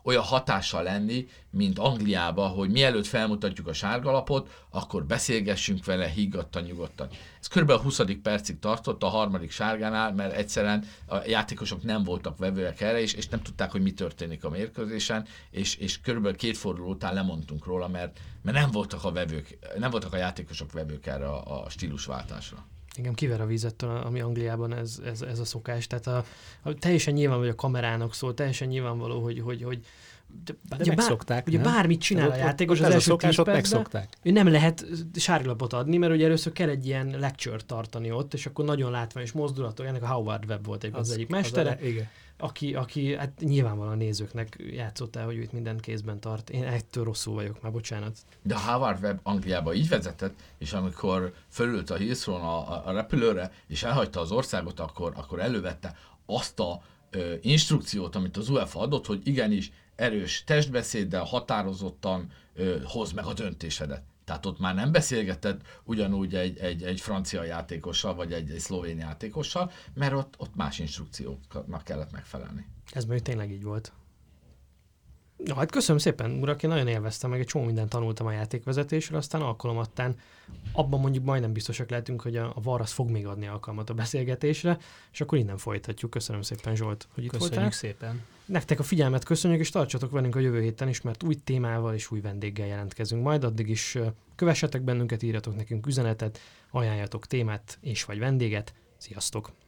olyan hatással lenni, mint Angliában, hogy mielőtt felmutatjuk a sárgalapot, akkor beszélgessünk vele higgadtan, nyugodtan. Ez kb. A huszadik percig tartott a harmadik sárgánál, mert egyszerűen a játékosok nem voltak vevőek erre, és, és nem tudták, hogy mi történik a mérkőzésen, és, és kb. Két forduló után lemondtunk róla, mert, mert nem voltak a vevők, nem voltak a játékosok vevők erre a, a stílusváltásra. Igen, kiver a vízettől, ami Angliában ez, ez, ez a szokás. Tehát a, a, teljesen nyilvánvaló, hogy a kamerának szól, teljesen nyilvánvaló, hogy, hogy, hogy de, de megszokták, ugye bármit csinál a játékos, az, az az első szokás, tíz percben, megszokták. Ő nem lehet sárgalapot adni, mert ugye először kell egy ilyen lecture-t tartani ott, és akkor nagyon látványos mozdulatok. Ennek a Howard Webb volt egy az, az egyik mestere, az a, igen. aki, aki hát nyilvánvalóan a nézőknek játszott el, hogy ő itt mindent kézben tart. Én ettől rosszul vagyok, már bocsánat. De a Howard Webb Angliába így vezetett, és amikor fölült a Heathrow a, a repülőre, és elhagyta az országot, akkor, akkor elővette azt a ö, instrukciót, amit az UEFA adott, hogy igenis erős testbeszéddel, határozottan ö, hozd meg a döntésedet. Tehát ott már nem beszélgetett ugyanúgy egy, egy, egy francia játékossal, vagy egy, egy szlovén játékossal, mert ott, ott más instrukcióknak kellett megfelelni. Ez még tényleg így volt. Na, hát köszönöm szépen, urak, én nagyon élveztem, meg egy csomó mindent tanultam a játékvezetésről, aztán alkalomattán abban mondjuk majdnem biztosak lehetünk, hogy a, a VAR az fog még adni alkalmat a beszélgetésre, és akkor innen folytatjuk. Köszönöm szépen, Zsolt, hogy itt Köszönjük voltál. szépen. Nektek a figyelmet köszönjük, és tartsatok velünk a jövő héten is, mert új témával és új vendéggel jelentkezünk. Majd addig is kövessetek bennünket, írjatok nekünk üzenetet, ajánljatok témát és vagy vendéget. Sziasztok!